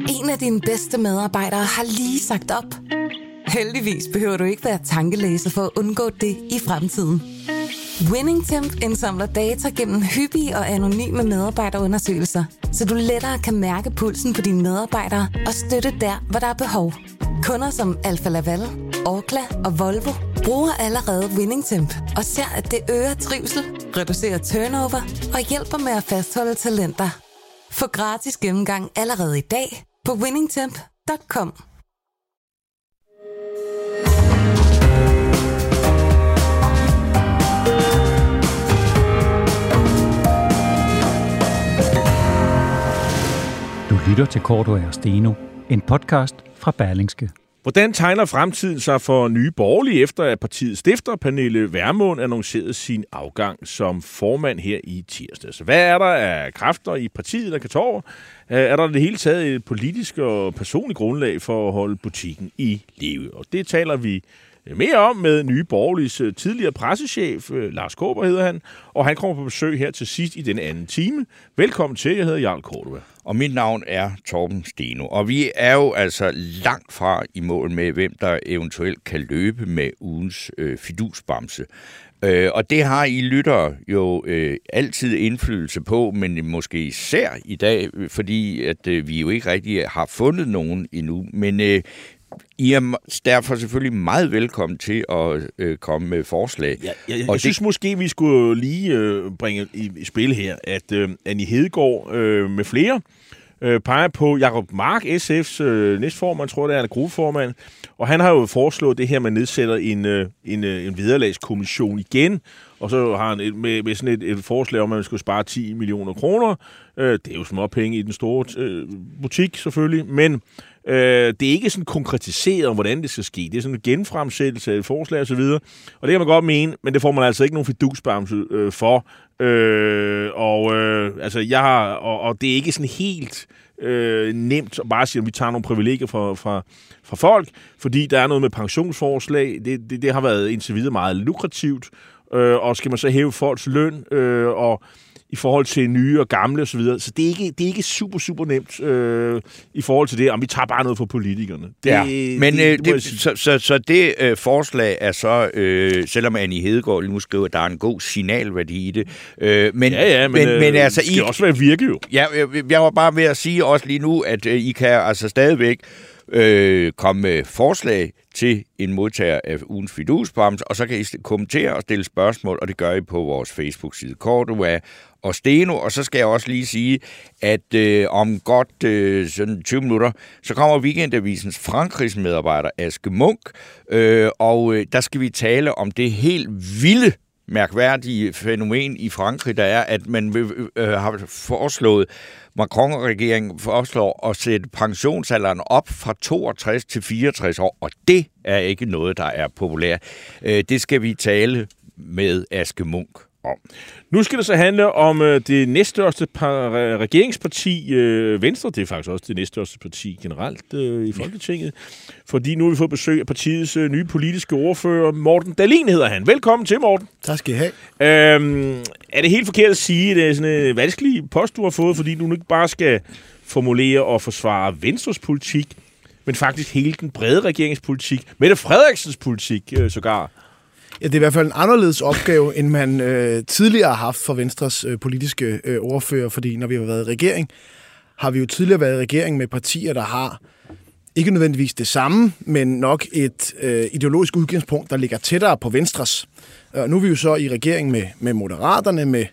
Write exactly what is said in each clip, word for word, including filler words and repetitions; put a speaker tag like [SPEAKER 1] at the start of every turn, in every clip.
[SPEAKER 1] En af dine bedste medarbejdere har lige sagt op. Heldigvis behøver du ikke være tankelæser for at undgå det i fremtiden. WinningTemp indsamler data gennem hyppige og anonyme medarbejderundersøgelser, så du lettere kan mærke pulsen på dine medarbejdere og støtte der, hvor der er behov. Kunder som Alfa Laval, Orkla og Volvo bruger allerede WinningTemp og ser, at det øger trivsel, reducerer turnover og hjælper med at fastholde talenter. Få gratis gennemgang allerede i dag på winningtemp punktum com.
[SPEAKER 2] Du lytter til Cordua og Steno, en podcast fra Berlingske.
[SPEAKER 3] Hvordan tegner fremtiden sig for Nye Borgerlige, efter at partiets stifter, Pernille Vermund, annoncerede sin afgang som formand her i tirsdags? Hvad er der af kræfter i partiet, der kan tage over? Er der det hele taget et politisk og personligt grundlag for at holde butikken i live? Og det taler vi mere om med Nye Borgerliges tidligere pressechef, Lars Kaaber hedder han, og han kommer på besøg her til sidst i den anden time. Velkommen til, jeg hedder Jarl Cordua.
[SPEAKER 4] Og mit navn er Torben Steno, og vi er jo altså langt fra i mål med, hvem der eventuelt kan løbe med ugens øh, fidusbamse. Øh, og det har I lyttere jo øh, altid indflydelse på, men måske især i dag, fordi at øh, vi jo ikke rigtig har fundet nogen endnu. Men øh, I er derfor selvfølgelig meget velkommen til at øh, komme med forslag.
[SPEAKER 3] Ja, jeg jeg,
[SPEAKER 4] og
[SPEAKER 3] jeg synes det... måske, vi skulle lige øh, bringe i, i spil her, at øh, Annie Hedegaard øh, med flere øh, peger på Jacob Mark, S F's øh, næstformand, tror jeg det er, eller gruppeformand, og han har jo foreslået det her, man nedsætter en, øh, en, øh, en vederlagskommission igen, og så har han et, med, med sådan et, et forslag om, at man skulle spare ti millioner kroner. Øh, det er jo små penge i den store øh, butik selvfølgelig, men Øh, det er ikke sådan konkretiseret om, hvordan det skal ske. Det er sådan en genfremsættelse af et forslag og så videre. Og det kan man godt mene, men det får man altså ikke nogen fidusbamse øh, for. Øh, og øh, altså jeg har, og, og det er ikke sådan helt øh, nemt at bare sige, at vi tager nogle privilegier fra, fra, fra folk, fordi der er noget med pensionsforslag. Det, det, det har været indtil videre meget lukrativt. Øh, og skal man så hæve folks løn øh, og i forhold til nye og gamle osv. Så, så det er ikke, det er ikke super, super nemt øh, i forhold til det, om vi tager bare noget fra politikerne. Det,
[SPEAKER 4] ja, men det, det, det, så, så, så det øh, forslag er så, øh, selvom Annie Hedegaard lige nu skriver, at der er en god signalværdi i det. Øh, men,
[SPEAKER 3] ja, ja, men,
[SPEAKER 4] men,
[SPEAKER 3] øh,
[SPEAKER 4] men altså,
[SPEAKER 3] det skal
[SPEAKER 4] I,
[SPEAKER 3] også være virke jo.
[SPEAKER 4] Ja, jeg, jeg var bare ved at sige også lige nu, at øh, I kan altså stadigvæk øh, komme med forslag til en modtager af ugens fidusbamse, og så kan I kommentere og stille spørgsmål, og det gør I på vores Facebook-side Cordua og Steno. Og så skal jeg også lige sige, at øh, om godt øh, sådan tyve minutter, så kommer Weekendavisens Frankrigs medarbejder Aske Munk, øh, og øh, der skal vi tale om det helt vilde, mærkværdige fænomen i Frankrig, der er, at man øh, har foreslået, Macron-regeringen foreslår at sætte pensionsalderen op fra toogtres til fireogtres år, og det er ikke noget, der er populært. Øh, det skal vi tale med Aske Munk om.
[SPEAKER 3] Nu skal det så handle om øh, det næststørste par, regeringsparti, øh, Venstre. Det er faktisk også det næststørste parti generelt øh, i Folketinget. Fordi nu har vi fået besøg af partiets øh, nye politiske ordfører, Morten Dahlin hedder han. Velkommen til, Morten.
[SPEAKER 5] Tak skal I have.
[SPEAKER 3] Øhm, er det helt forkert at sige, at det er sådan en vanskelig post, du har fået, fordi du nu ikke bare skal formulere og forsvare Venstres politik, men faktisk hele den brede regeringspolitik, Mette Frederiksens politik øh, sågar?
[SPEAKER 5] Ja, det er i hvert fald en anderledes opgave, end man øh, tidligere har haft for Venstres øh, politiske øh, ordfører, fordi når vi har været i regering, har vi jo tidligere været i regering med partier, der har ikke nødvendigvis det samme, men nok et øh, ideologisk udgangspunkt, der ligger tættere på Venstres. Og nu er vi jo så i regering med, med Moderaterne, med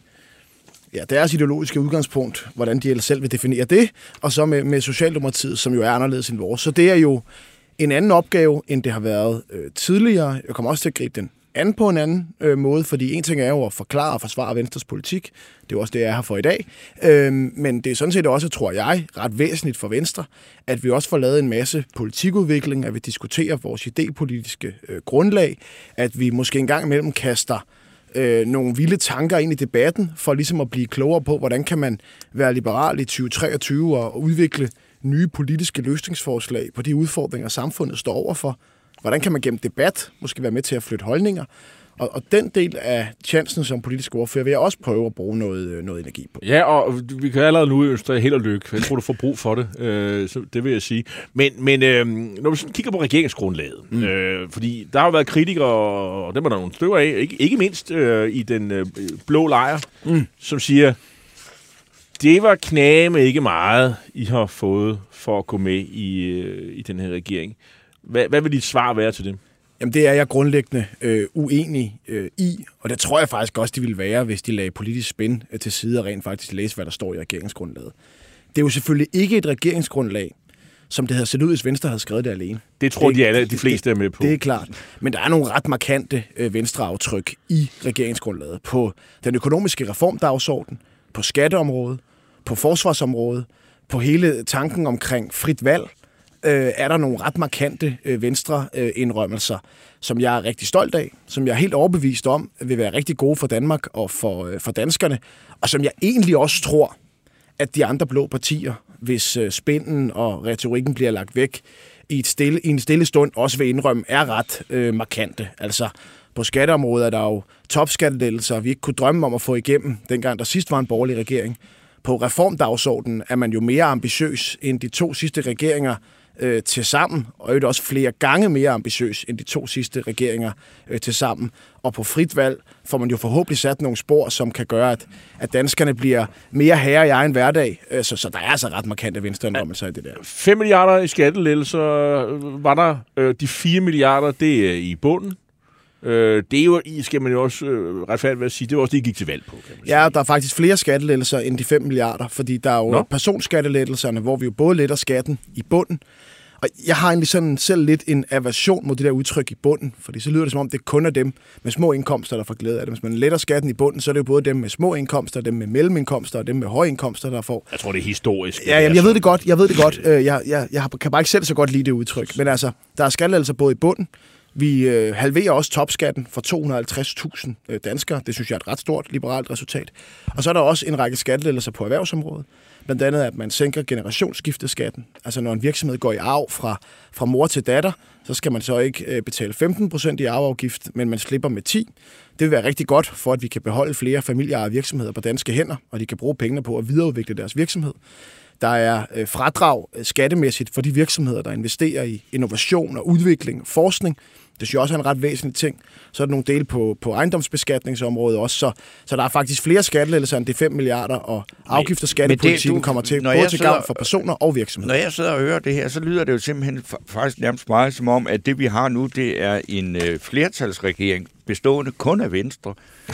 [SPEAKER 5] ja, deres ideologiske udgangspunkt, hvordan de ellers selv vil definere det, og så med, med Socialdemokratiet, som jo er anderledes end vores. Så det er jo en anden opgave, end det har været øh, tidligere. Jeg kommer også til at gribe den an på en anden øh, måde, fordi en ting er jo at forklare og forsvare Venstres politik. Det er jo også det, jeg er her for i dag. Øh, men det er sådan set også, tror jeg, ret væsentligt for Venstre, at vi også får lavet en masse politikudvikling, at vi diskuterer vores idépolitiske øh, grundlag, at vi måske engang imellem kaster øh, nogle vilde tanker ind i debatten, for ligesom at blive klogere på, hvordan kan man være liberal i tyve treogtyve og udvikle nye politiske løsningsforslag på de udfordringer, samfundet står overfor. Hvordan kan man gennem debat måske være med til at flytte holdninger? Og, og den del af chancen som politisk ordfører vil jeg også prøve at bruge noget, noget energi på.
[SPEAKER 3] Ja, og vi kan allerede nu ønske dig held og lykke. Jeg tror, du får brug for det. Øh, så det vil jeg sige. Men, men øh, når vi sådan kigger på regeringsgrundlaget, mm. øh, fordi der har jo været kritikere, og dem er der nogle stykker af, ikke, ikke mindst øh, i den øh, blå lejr, mm. som siger, det var knæme ikke meget, I har fået for at gå med i, øh, i den her regering. Hvad, hvad vil dit svar være til det?
[SPEAKER 5] Jamen, det er jeg grundlæggende øh, uenig øh, i, og det tror jeg faktisk også, de ville være, hvis de lagde politisk spin øh, til side og rent faktisk læse, hvad der står i regeringsgrundlaget. Det er jo selvfølgelig ikke et regeringsgrundlag, som det havde set ud, hvis Venstre havde skrevet det alene.
[SPEAKER 3] Det tror
[SPEAKER 5] det,
[SPEAKER 3] de alle, de fleste er med på.
[SPEAKER 5] Det er klart. Men der er nogle ret markante øh, venstreaftryk i regeringsgrundlaget på den økonomiske reformdagsorden, på skatteområdet, på forsvarsområdet, på hele tanken omkring frit valg, øh, er der nogle ret markante øh, venstre-indrømmelser, øh, som jeg er rigtig stolt af, som jeg er helt overbevist om, vil være rigtig gode for Danmark og for, øh, for danskerne, og som jeg egentlig også tror, at de andre blå partier, hvis øh, spænden og retorikken bliver lagt væk i, et stille, i en stille stund, også vil indrømme, er ret øh, markante. Altså, på skatteområdet er der jo topskattelettelser, vi ikke kunne drømme om at få igennem, dengang der sidst var en borgerlig regering. På reformdagsordenen er man jo mere ambitiøs end de to sidste regeringer øh, til sammen, og jo også flere gange mere ambitiøs end de to sidste regeringer øh, til sammen. Og på frit valg får man jo forhåbentlig sat nogle spor, som kan gøre, at, at danskerne bliver mere herre i egen hverdag. Øh, så, så der er altså ret markante venstreindrømmelser i det der.
[SPEAKER 3] fem milliarder i skattelettelser var der. Øh, de fire milliarder, det er i bunden. Øh, det er jo, skal man jo også øh, retfærdigt at sige, det var også det, I gik til valg på. Kan man sige.
[SPEAKER 5] Ja, der er faktisk flere skattelettelser end de fem milliarder, fordi der er jo Nå. personskattelettelserne, hvor vi jo både letter skatten i bunden, og jeg har egentlig sådan selv lidt en aversion mod det der udtryk i bunden, fordi så lyder det som om, det kun er dem med små indkomster, der får glæde af det. Hvis man letter skatten i bunden, så er det jo både dem med små indkomster, dem med mellemindkomster og dem med høje indkomster, der får.
[SPEAKER 3] Jeg tror, det er historisk.
[SPEAKER 5] Ja, jamen, jeg ved det godt, jeg ved det godt. Jeg, jeg, jeg kan bare ikke selv så godt lide det udtryk, men altså, der er skattelettelser både i bunden. Vi øh, halverer også topskatten for to hundrede og halvtreds tusind øh, danskere. Det synes jeg er et ret stort liberalt resultat. Og så er der også en række skattelettelser på erhvervsområdet. Blandt andet, at man sænker generationsskifteskatten. Altså når en virksomhed går i arv fra, fra mor til datter, så skal man så ikke øh, betale femten procent i arveafgift, men man slipper med ti. Det vil være rigtig godt for, at vi kan beholde flere familieejede virksomheder på danske hænder, og de kan bruge pengene på at videreudvikle deres virksomhed. Der er øh, fradrag øh, skattemæssigt for de virksomheder, der investerer i innovation og udvikling og forskning. Det synes jeg også er en ret væsentlig ting. Så er der nogle dele på, på ejendomsbeskatningsområdet også. Så, så der er faktisk flere skattelettelser end de fem milliarder, og afgift- og skattepolitikken kommer til både til gavn for personer og virksomheder.
[SPEAKER 4] Når jeg sidder og hører det her, så lyder det jo simpelthen faktisk nærmest meget som om, at det vi har nu, det er en øh, flertalsregering bestående kun af Venstre.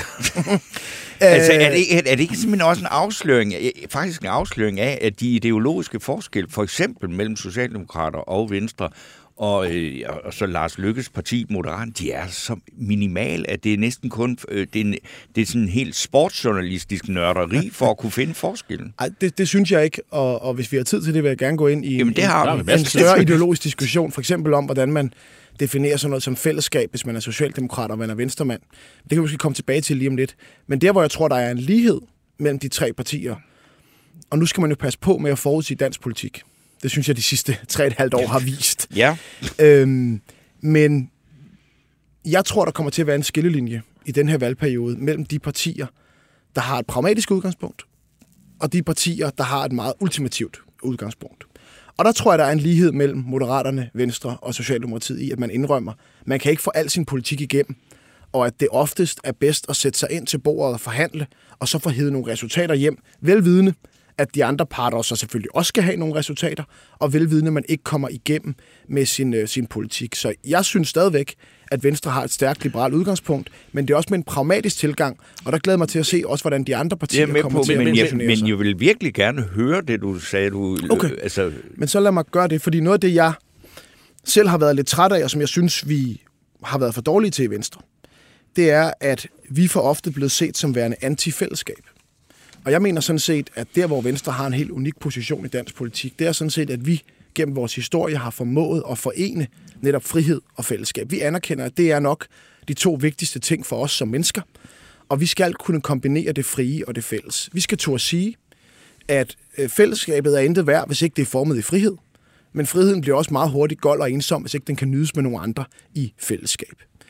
[SPEAKER 4] altså, er det, ikke, er det ikke simpelthen også en afsløring, faktisk en afsløring af, at de ideologiske forskelle, for eksempel mellem Socialdemokrater og Venstre, Og, øh, og så Lars Løkkes parti, Moderaterne, de er så minimal, at det er næsten kun øh, det, er, det er sådan en helt sportsjournalistisk nørderi for at kunne finde forskellen.
[SPEAKER 5] Ej, det, det synes jeg ikke, og, og hvis vi har tid til det, vil jeg gerne gå ind i
[SPEAKER 4] Jamen, det har
[SPEAKER 5] en, en større ideologisk diskussion, for eksempel om, hvordan man definerer sådan noget som fællesskab, hvis man er socialdemokrat og man er venstremand. Det kan vi måske komme tilbage til lige om lidt. Men der, hvor jeg tror, der er en lighed mellem de tre partier, og nu skal man jo passe på med at forudsige dansk politik. Det synes jeg, de sidste tre og et halvt år har vist.
[SPEAKER 4] Ja.
[SPEAKER 5] Øhm, men jeg tror, der kommer til at være en skillelinje i den her valgperiode mellem de partier, der har et pragmatisk udgangspunkt, og de partier, der har et meget ultimativt udgangspunkt. Og der tror jeg, der er en lighed mellem Moderaterne, Venstre og Socialdemokratiet i, at man indrømmer, man kan ikke få al sin politik igennem, og at det oftest er bedst at sætte sig ind til bordet og forhandle, og så få hevet nogle resultater hjem, velvidende, at de andre parter så selvfølgelig også skal have nogle resultater, og velvidende, at man ikke kommer igennem med sin, øh, sin politik. Så jeg synes stadigvæk, at Venstre har et stærkt liberalt udgangspunkt, men det er også med en pragmatisk tilgang, og der glæder mig til at se også, hvordan de andre partier kommer
[SPEAKER 4] på,
[SPEAKER 5] til
[SPEAKER 4] men,
[SPEAKER 5] at positionere
[SPEAKER 4] men,
[SPEAKER 5] sig.
[SPEAKER 4] Men jeg vil virkelig gerne høre det, du sagde. Du,
[SPEAKER 5] okay,
[SPEAKER 4] øh, altså...
[SPEAKER 5] men så lad mig gøre det, fordi noget af det, jeg selv har været lidt træt af, og som jeg synes, vi har været for dårlige til i Venstre, det er, at vi for ofte blevet set som værende anti-fællesskab. Og jeg mener sådan set, at der, hvor Venstre har en helt unik position i dansk politik, det er sådan set, at vi gennem vores historie har formået at forene netop frihed og fællesskab. Vi anerkender, at det er nok de to vigtigste ting for os som mennesker, og vi skal kunne kombinere det frie og det fælles. Vi skal turde sige, at fællesskabet er intet værd, hvis ikke det er formet i frihed, men friheden bliver også meget hurtigt gold og ensom, hvis ikke den kan nydes med nogle andre i fællesskab.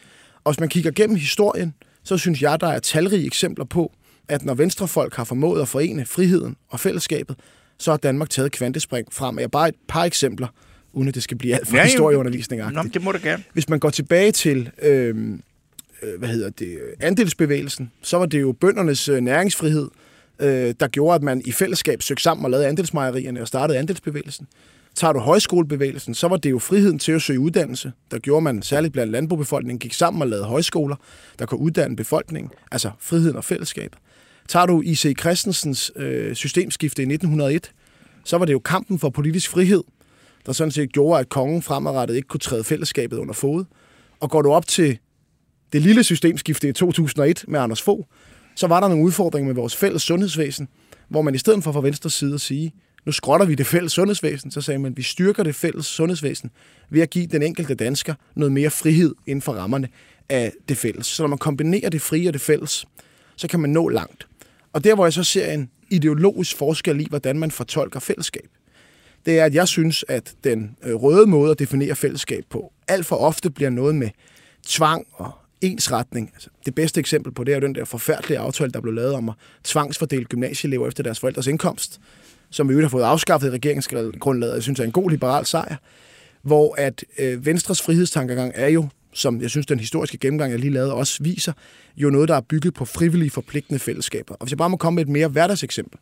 [SPEAKER 5] Og hvis man kigger gennem historien, så synes jeg, der er talrige eksempler på, at når venstrefolk har formået at forene friheden og fællesskabet, så har Danmark taget kvantespring frem. Jeg bare et par eksempler, uden at det skal blive alt for ja, historieundervisning-agtigt.
[SPEAKER 4] Nå, det må du gerne.
[SPEAKER 5] Hvis man går tilbage til øh, hvad hedder det, andelsbevægelsen, så var det jo bøndernes øh, næringsfrihed, øh, der gjorde, at man i fællesskab søgte sammen og lavede andelsmejerierne og startede andelsbevægelsen. Tager du højskolebevægelsen, så var det jo friheden til at søge uddannelse, der gjorde man særligt blandt landbobefolkningen, gik sammen og lavede højskoler, der kunne uddanne befolkningen, altså friheden og fællesskabet. Tager du I C Christensens øh, systemskifte i nitten hundrede og et, så var det jo kampen for politisk frihed, der sådan set gjorde, at kongen fremadrettet ikke kunne træde fællesskabet under fod. Og går du op til det lille systemskifte i to tusind og et med Anders Fogh, så var der nogle udfordringer med vores fælles sundhedsvæsen, hvor man i stedet for fra venstre side at sige, nu skrotter vi det fælles sundhedsvæsen, så sagde man, at vi styrker det fælles sundhedsvæsen ved at give den enkelte dansker noget mere frihed inden for rammerne af det fælles. Så når man kombinerer det frie og det fælles, så kan man nå langt. Og der, hvor jeg så ser en ideologisk forskel i, hvordan man fortolker fællesskab, det er, at jeg synes, at den røde måde at definere fællesskab på, alt for ofte bliver noget med tvang og ensretning. Altså, det bedste eksempel på det er jo den der forfærdelige aftale, der blev lavet om at tvangsfordele gymnasieelever efter deres forældres indkomst, som vi jo har fået afskaffet i regeringsgrundlaget, jeg synes er en god liberal sejr, hvor at øh, Venstres frihedstankegang er jo, som jeg synes den historiske gennemgang, jeg lige lavede, også viser, jo noget, der er bygget på frivillige forpligtende fællesskaber. Og hvis jeg bare må komme med et mere hverdagseksempel,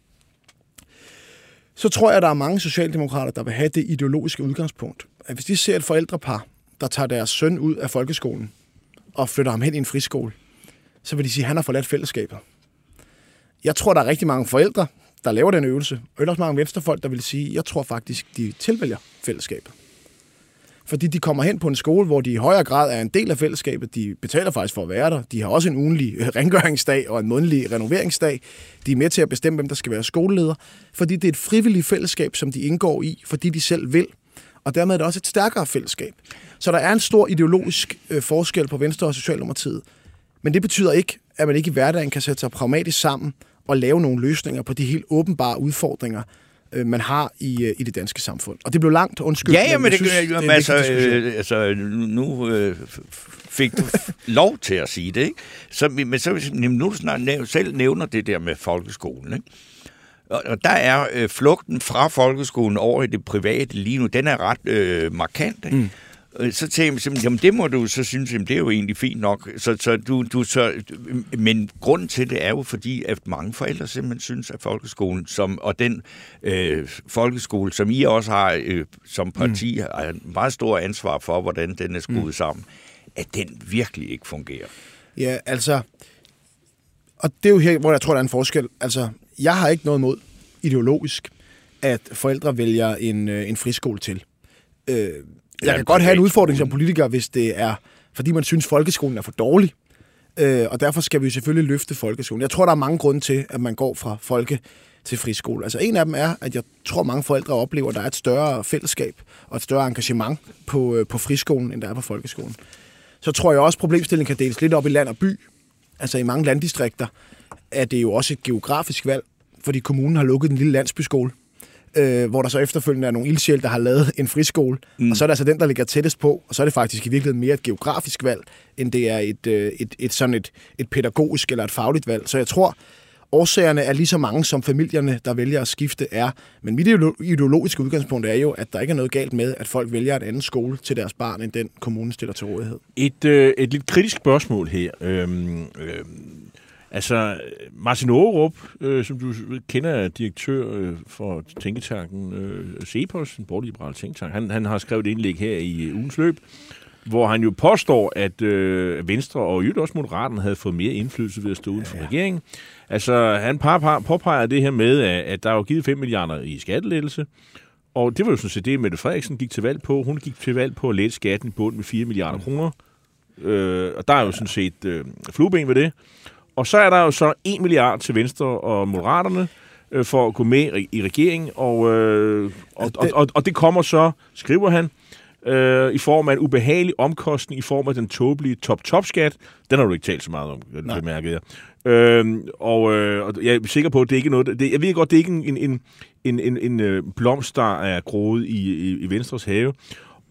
[SPEAKER 5] så tror jeg, at der er mange socialdemokrater, der vil have det ideologiske udgangspunkt, at hvis de ser et forældrepar, der tager deres søn ud af folkeskolen og flytter ham hen i en friskole, så vil de sige, at han har forladt fællesskabet. Jeg tror, der er rigtig mange forældre, der laver den øvelse, og også mange venstrefolk, der vil sige, at jeg tror faktisk, de tilvælger fællesskabet. Fordi de kommer hen på en skole, hvor de i højere grad er en del af fællesskabet. De betaler faktisk for at være der. De har også en ugenlig rengøringsdag og en månedlig renoveringsdag. De er med til at bestemme, hvem der skal være skoleleder, fordi det er et frivilligt fællesskab, som de indgår i, fordi de selv vil. Og dermed er det også et stærkere fællesskab. Så der er en stor ideologisk øh, forskel på Venstre og Socialdemokratiet. Men det betyder ikke, at man ikke i hverdagen kan sætte sig pragmatisk sammen og lave nogle løsninger på de helt åbenbare udfordringer, man har i, i det danske samfund. Og det blev langt, undskyld.
[SPEAKER 4] Ja, ja, men det, synes, det, det altså, øh, altså, nu øh, fik du lov til at sige det, ikke? Så, men så, nu du snart næv, selv nævner det der med folkeskolen, ikke? Og, og der er øh, flugten fra folkeskolen over i det private lige nu, den er ret øh, markant, ikke? Mm. Så tænker jeg simpelthen, jamen det må du så synes, jamen det er jo egentlig fint nok. Så, så du, du, så, men grunden til det er jo fordi, at mange forældre simpelthen synes, at folkeskolen, som, og den øh, folkeskole, som I også har øh, som parti, mm. har en meget stor ansvar for, hvordan den er skruet mm. sammen, at den virkelig ikke fungerer.
[SPEAKER 5] Ja, altså, og det er jo her, hvor jeg tror, der er en forskel. Altså, jeg har ikke noget imod ideologisk, at forældre vælger en, en friskole til. Øh, Jeg kan godt have en udfordring som politiker, hvis det er, fordi man synes, folkeskolen er for dårlig. Øh, og derfor skal vi selvfølgelig løfte folkeskolen. Jeg tror, der er mange grunde til, at man går fra folke til friskole. Altså en af dem er, at jeg tror, mange forældre oplever, at der er et større fællesskab og et større engagement på, på friskolen, end der er på folkeskolen. Så tror jeg også, at problemstillingen kan deles lidt op i land og by. Altså i mange landdistrikter er det jo også et geografisk valg, fordi kommunen har lukket en lille landsbyskole. Øh, hvor der så efterfølgende er nogle ildsjæle, der har lavet en friskole, mm. og så er det altså den, der ligger tættest på, og så er det faktisk i virkeligheden mere et geografisk valg, end det er et, et, et, sådan et, et pædagogisk eller et fagligt valg. Så jeg tror, årsagerne er lige så mange, som familierne, der vælger at skifte, er. Men mit ideologiske udgangspunkt er jo, at der ikke er noget galt med, at folk vælger en anden skole til deres barn, end den kommunen stiller til rådighed.
[SPEAKER 3] Et, øh, et lidt kritisk spørgsmål her. Øhm, øhm Altså, Martin Aarup, øh, som du kender, er direktør øh, for tænketanken øh, Cepos, en borgerliberal tænketank. Han, han har skrevet et indlæg her i ugens løb, hvor han jo påstår, at øh, Venstre og jo også Moderaterne havde fået mere indflydelse ved at stå uden for ja, ja. regeringen. Altså, han påpeger det her med, at der er jo givet fem milliarder i skattelettelse, og det var jo sådan set det, Mette Frederiksen gik til valg på. Hun gik til valg på at lette skatten i bunden med fire milliarder kroner, øh, og der er jo sådan set øh, flueben ved det. Og så er der jo så en milliard til Venstre og Moderaterne øh, for at gå med i regeringen, og, øh, og, og, og, og det kommer så, skriver han, øh, i form af en ubehagelig omkostning, i form af den tåbelige top-top-skat. Den har du ikke talt så meget om, det bemærkede jeg. Øh, og, øh, og jeg er sikker på, at det ikke er noget... Det, jeg ved godt, det er ikke en, en, en, en, en blomst, der er groet i, i, i Venstres have.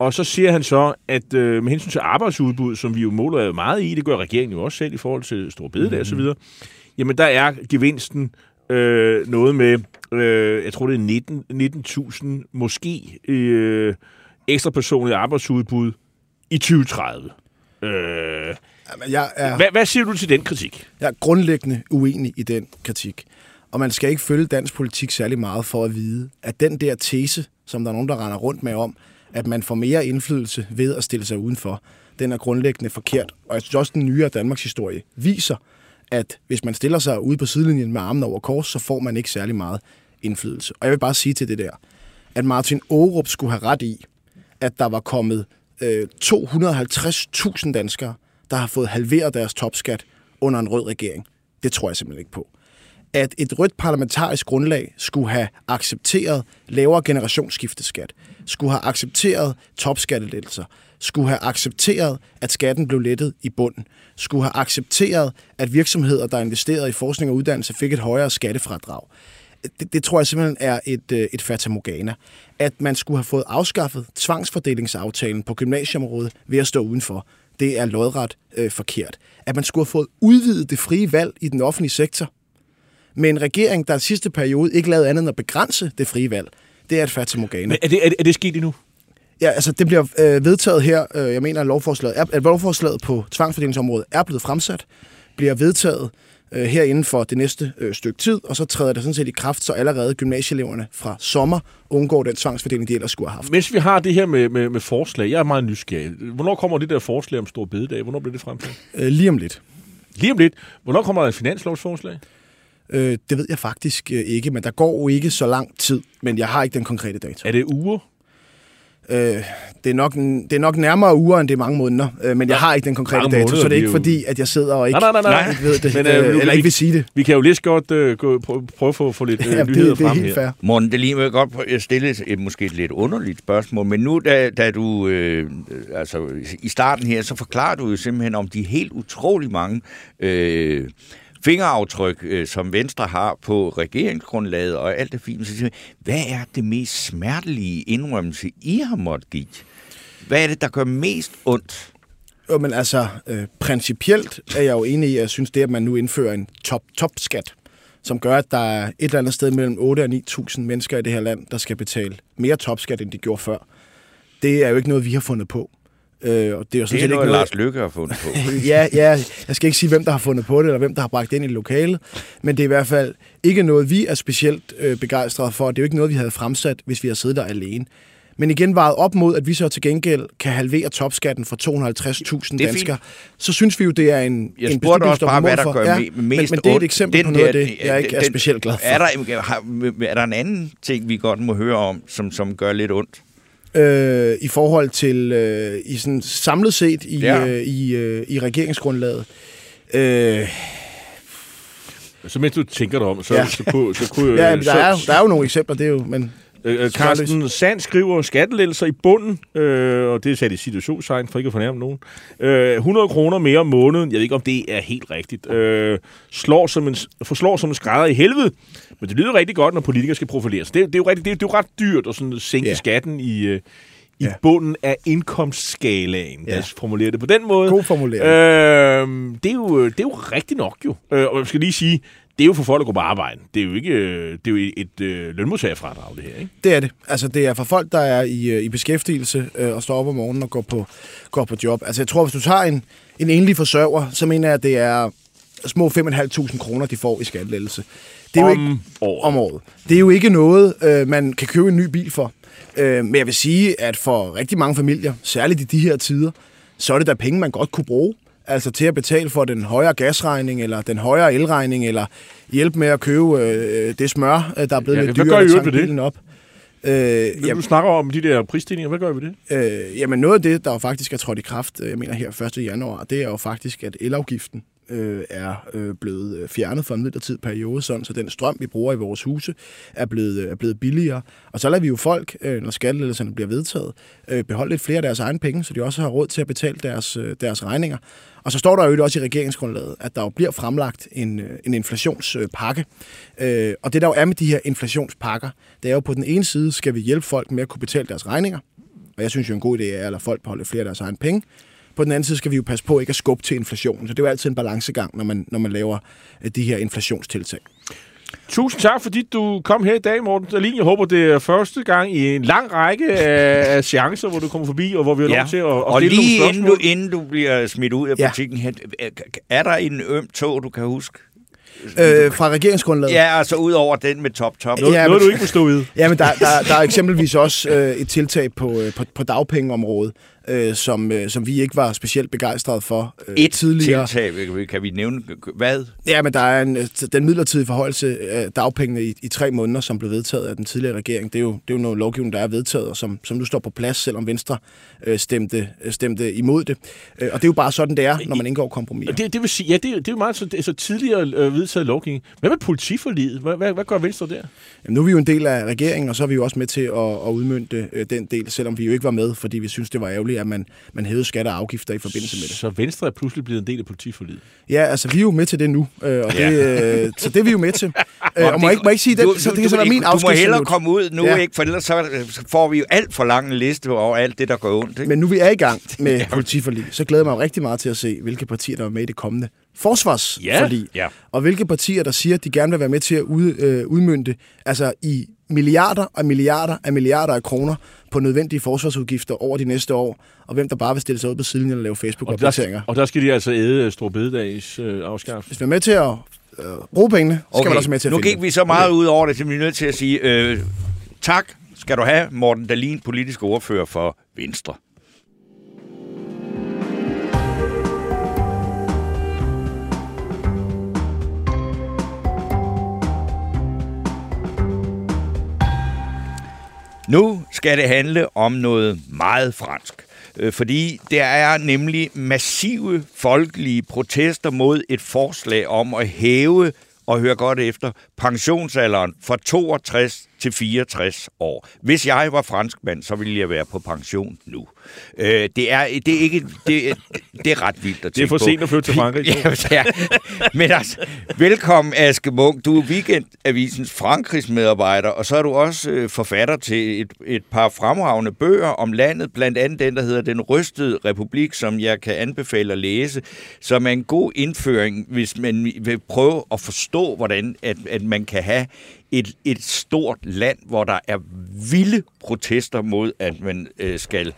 [SPEAKER 3] Og så siger han så, at øh, med hensyn til arbejdsudbud, som vi jo måler meget i, det gør regeringen jo også selv i forhold til Store Bededag mm-hmm. og så videre, jamen der er gevinsten øh, noget med, øh, jeg tror det er nitten, nitten tusind måske øh, ekstra personlige arbejdsudbud i tyve tredive. Øh,
[SPEAKER 5] Jamen, jeg er,
[SPEAKER 3] hvad, hvad siger du til den kritik?
[SPEAKER 5] Jeg er grundlæggende uenig i den kritik. Og man skal ikke følge dansk politik særlig meget for at vide, at den der tese, som der er nogen, der render rundt med om, at man får mere indflydelse ved at stille sig udenfor, den er grundlæggende forkert. Og jeg synes også, den nyere Danmarks historie viser, at hvis man stiller sig ude på sidelinjen med armen over kors, så får man ikke særlig meget indflydelse. Og jeg vil bare sige til det der, at Martin Aarup skulle have ret i, at der var kommet øh, to hundrede og halvtreds tusind danskere, der har fået halveret deres topskat under en rød regering. Det tror jeg simpelthen ikke på. At et rødt parlamentarisk grundlag skulle have accepteret lavere generationsskifteskat, skulle have accepteret topskattelettelser, skulle have accepteret, at skatten blev lettet i bunden, skulle have accepteret, at virksomheder, der investerede i forskning og uddannelse, fik et højere skattefradrag. Det, det tror jeg simpelthen er et, et fatamorgana. At man skulle have fået afskaffet tvangsfordelingsaftalen på gymnasieområdet ved at stå udenfor, det er lodret øh, forkert. At man skulle have fået udvidet det frie valg i den offentlige sektor, med en regering, der i sidste periode ikke lavede andet end at begrænse det frie valg, det er et fatamorgana.
[SPEAKER 3] Men er det, er det, er det sket endnu?
[SPEAKER 5] Ja, altså det bliver øh, vedtaget her. Øh, jeg mener, at lovforslaget, er, at lovforslaget på tvangsfordelingsområdet er blevet fremsat, bliver vedtaget øh, her inden for det næste øh, stykke tid, og så træder det sådan set i kraft, så allerede gymnasieeleverne fra sommer undgår den tvangsfordeling, de ellers skulle have haft.
[SPEAKER 3] Mens vi har det her med, med, med forslag, jeg er meget nysgerrig. Hvornår kommer det der forslag om Store Bededag? Hvornår bliver det fremsat?
[SPEAKER 5] Øh, lige om lidt.
[SPEAKER 3] Lige om lidt. Hvornår kommer der et finanslovsforslag?
[SPEAKER 5] Øh, det ved jeg faktisk øh, ikke, men der går jo ikke så lang tid, men jeg har ikke den konkrete dato.
[SPEAKER 3] Er det uger?
[SPEAKER 5] Øh, det, er nok, det er nok nærmere uger, end det er mange måneder, øh, men jeg har ikke den konkrete dato, måneder, så det er ikke jo... fordi, at jeg sidder og ikke,
[SPEAKER 3] nej, nej, nej, nej.
[SPEAKER 5] ikke ved det, men,
[SPEAKER 3] øh,
[SPEAKER 5] øh, eller
[SPEAKER 3] vi,
[SPEAKER 5] ikke vil sige det.
[SPEAKER 3] Vi kan jo lige så godt øh, gå, prøve at få, få lidt øh,
[SPEAKER 5] ja,
[SPEAKER 3] nyheder
[SPEAKER 5] det, det
[SPEAKER 3] frem
[SPEAKER 5] er helt
[SPEAKER 3] her.
[SPEAKER 5] fair.
[SPEAKER 4] Morten, det lige med godt at stille et, et måske et lidt underligt spørgsmål, men nu da, da du, øh, altså i starten her, så forklarer du jo simpelthen om de helt utrolig mange øh, fingeraftryk, øh, som Venstre har på regeringsgrundlaget og alt det fint. Så siger, hvad er det mest smertelige indrømmelse, I har måttet give? Hvad er det, der gør mest ondt?
[SPEAKER 5] Jo, men altså, øh, principielt er jeg jo enig i, at jeg synes det, at man nu indfører en top-top-skat, som gør, at der er et eller andet sted mellem otte og ni tusind mennesker i det her land, der skal betale mere topskat, end de gjorde før. Det er jo ikke noget, vi har fundet på. Øh, og det er jo sådan
[SPEAKER 4] det er
[SPEAKER 5] set
[SPEAKER 4] noget,
[SPEAKER 5] ikke noget,
[SPEAKER 4] Lars Løkke har fundet på.
[SPEAKER 5] ja, ja, jeg skal ikke sige, hvem der har fundet på det, eller hvem der har bragt det ind i lokalet, men det er i hvert fald ikke noget, vi er specielt øh, begejstrede for. Det er jo ikke noget, vi havde fremsat, hvis vi havde siddet der alene. Men igen vejet op mod, at vi så til gengæld kan halvere topskatten for to hundrede og halvtreds tusind danskere, så synes vi jo, det er en
[SPEAKER 4] Jeg spurgte også bare, hvad der gør
[SPEAKER 5] ja,
[SPEAKER 4] mest
[SPEAKER 5] men, men det er et eksempel
[SPEAKER 4] den
[SPEAKER 5] på noget
[SPEAKER 4] der,
[SPEAKER 5] af det, jeg ikke
[SPEAKER 4] den,
[SPEAKER 5] er specielt glad for.
[SPEAKER 4] Er der, er der en anden ting, vi godt må høre om, som, som gør lidt ondt?
[SPEAKER 5] Øh, I forhold til, øh, i sådan samlet set i,
[SPEAKER 4] ja.
[SPEAKER 5] øh, i, øh, i regeringsgrundlaget. Øh,
[SPEAKER 3] så mens du tænker dig om, så,
[SPEAKER 5] ja.
[SPEAKER 3] så, så, kunne, så kunne...
[SPEAKER 5] ja, men der,
[SPEAKER 3] så,
[SPEAKER 5] er, der er jo nogle eksempler, det er jo... Men
[SPEAKER 3] Øh, Carsten Sand skriver skattelettelser i bunden, øh, og det er sat i situationstegn, for ikke at fornærme nogen. Øh, hundrede kroner mere om måneden, jeg ved ikke, om det er helt rigtigt. Øh, slår som en, forslår som en skrædder i helvede, men det lyder rigtig godt, når politikere skal profileres. Det, det, er, jo rigtig, det, er, det er jo ret dyrt at sådan sænke yeah. skatten i, øh, i yeah. bunden af indkomstskalaen. Yeah. Lad os formulere det på den måde.
[SPEAKER 5] God formulering.
[SPEAKER 3] Øh, det, er jo, det er jo rigtigt nok, jo. Øh, og jeg skal lige sige, det er jo for folk at gå på arbejde. Det er jo ikke det er jo et, et øh, lønmodtagerfradrag, det her, ikke?
[SPEAKER 5] Det er det. Altså, det er for folk, der er i, i beskæftigelse øh, og står op om morgenen og går på, går på job. Altså, jeg tror, hvis du tager en, en enlig forsørger, så mener jeg, at det er små fem tusind fem hundrede kroner, de får i skattelettelse. Det er
[SPEAKER 3] om,
[SPEAKER 5] jo ikke,
[SPEAKER 3] året.
[SPEAKER 5] om året. Det er jo ikke noget, øh, man kan købe en ny bil for. Øh, men jeg vil sige, at for rigtig mange familier, særligt i de her tider, så er det der penge, man godt kunne bruge. Altså til at betale for den højere gasregning, eller den højere elregning, eller hjælpe med at købe øh, det smør, der er blevet ja, lidt dyrere, at tanke bilen op.
[SPEAKER 3] Øh, jamen, du snakker om de der prisstigninger, hvad gør vi det?
[SPEAKER 5] Øh, jamen noget af det, der jo faktisk er trådt i kraft, jeg mener her første januar, det er jo faktisk, at elafgiften øh, er øh, blevet fjernet for en midlertidig periode, sådan, så den strøm, vi bruger i vores huse, er blevet, er blevet billigere. Og så lader vi jo folk, øh, når skattelettelserne bliver vedtaget, øh, beholde lidt flere af deres egne penge, så de også har råd til at betale deres, øh, deres regninger. Og så står der jo også i regeringsgrundlaget, at der jo bliver fremlagt en, en inflationspakke. Øh, og det der jo er med de her inflationspakker, det er jo på den ene side, skal vi hjælpe folk med at kunne betale deres regninger. Og jeg synes jo, en god idé er at lade folk beholde flere af deres egen penge. På den anden side skal vi jo passe på ikke at skubbe til inflationen. Så det er jo altid en balancegang, når man, når man laver de her inflationstiltag.
[SPEAKER 3] Tusind tak, fordi du kom her i dag, Morten Dahlin. Jeg håber, det er første gang i en lang række af, af chancer, hvor du kommer forbi, og hvor vi har ja. lov til at, at
[SPEAKER 4] og
[SPEAKER 3] stille
[SPEAKER 4] lige
[SPEAKER 3] nogle
[SPEAKER 4] inden du, inden du bliver smidt ud af
[SPEAKER 5] ja.
[SPEAKER 4] butikken, er der en øm tog, du kan huske?
[SPEAKER 5] Øh, fra regeringsgrundlaget?
[SPEAKER 4] Ja, altså ud over den med top-top.
[SPEAKER 3] Noget,
[SPEAKER 5] ja,
[SPEAKER 3] noget
[SPEAKER 5] men,
[SPEAKER 3] du ikke må stå ud.
[SPEAKER 5] Ja, men der, der, der er eksempelvis også øh, et tiltag på, øh, på, på dagpengeområdet, øh, som, øh, som vi ikke var specielt begejstrede for øh,
[SPEAKER 4] et
[SPEAKER 5] tidligere.
[SPEAKER 4] tiltag, kan vi nævne hvad?
[SPEAKER 5] Ja, men der er en, den midlertidige forhøjelse af dagpengene i, i tre måneder, som blev vedtaget af den tidligere regering. Det er jo, det er jo noget lovgivning, der er vedtaget, og som, som nu står på plads, selvom Venstre øh, stemte, stemte imod det. Øh, og det er jo bare sådan, det er, når man indgår kompromiser.
[SPEAKER 3] Det, det vil sige, ja, det, det er jo meget så, så tidligere øh, vedtaget lovgivning. Hvad med politiforliget? Hvad, hvad, hvad gør Venstre der?
[SPEAKER 5] Jamen, nu er vi jo en del af regeringen, og så er vi jo også med til at, at udmønte øh, den del, selvom vi jo ikke var med, fordi vi synes, det var ærgerligt, at man, man hævede skatter og afgifter i forbindelse med det.
[SPEAKER 3] Så Venstre er pludselig blevet en del af politiforliget?
[SPEAKER 5] Ja, altså vi er jo med til det nu, øh, og det, ja. øh, så det er vi jo med til. Øh, og må jeg ikke, må jeg ikke sige det?
[SPEAKER 4] Du,
[SPEAKER 5] så det
[SPEAKER 4] du,
[SPEAKER 5] kan så være min
[SPEAKER 4] afsked. Du må hellere komme ud nu,
[SPEAKER 5] ja.
[SPEAKER 4] ikke? For ellers så får vi jo alt for lang en liste over alt det, der går ondt. Ikke?
[SPEAKER 5] Men nu vi er i gang med ja. politiforlig, så glæder jeg mig rigtig meget til at se, hvilke partier, der er med i det kommende forsvarsforlig.
[SPEAKER 3] Ja. Ja.
[SPEAKER 5] Og hvilke partier, der siger, at de gerne vil være med til at ud, øh, udmønte altså i milliarder og milliarder af milliarder af kroner på nødvendige forsvarsudgifter over de næste år, og hvem der bare vil stille sig ud på siden og lave Facebook-opdateringer.
[SPEAKER 3] Og der skal de altså æde Store Bededags øh, afskaffelse.
[SPEAKER 5] Hvis vi er med til at øh, bruge pengene, så okay. skal man også med til at
[SPEAKER 4] nu
[SPEAKER 5] finde
[SPEAKER 4] gik vi så meget okay. ud over det, så vi er nødt til at sige øh, tak skal du have, Morten Dahlin, politisk ordfører for Venstre. Nu skal det handle om noget meget fransk, fordi der er nemlig massive folkelige protester mod et forslag om at hæve, og hør godt efter, pensionsalderen fra toogtres til fireogtres år. Hvis jeg var franskmand, så ville jeg være på pension nu. Øh, det, er, det, er ikke, det, det er ret vildt at tænke på.
[SPEAKER 3] Det er for sent at flytte til Frankrig.
[SPEAKER 4] Ja, ja. Men altså, velkommen Aske Munk. Du er Weekendavisens Frankrigs medarbejder, og så er du også øh, forfatter til et, et par fremragende bøger om landet, blandt andet den, der hedder Den Rystede Republik, som jeg kan anbefale at læse, som er en god indføring, hvis man vil prøve at forstå, hvordan at, at man kan have et, et stort land, hvor der er vilde protester mod, at man øh, skal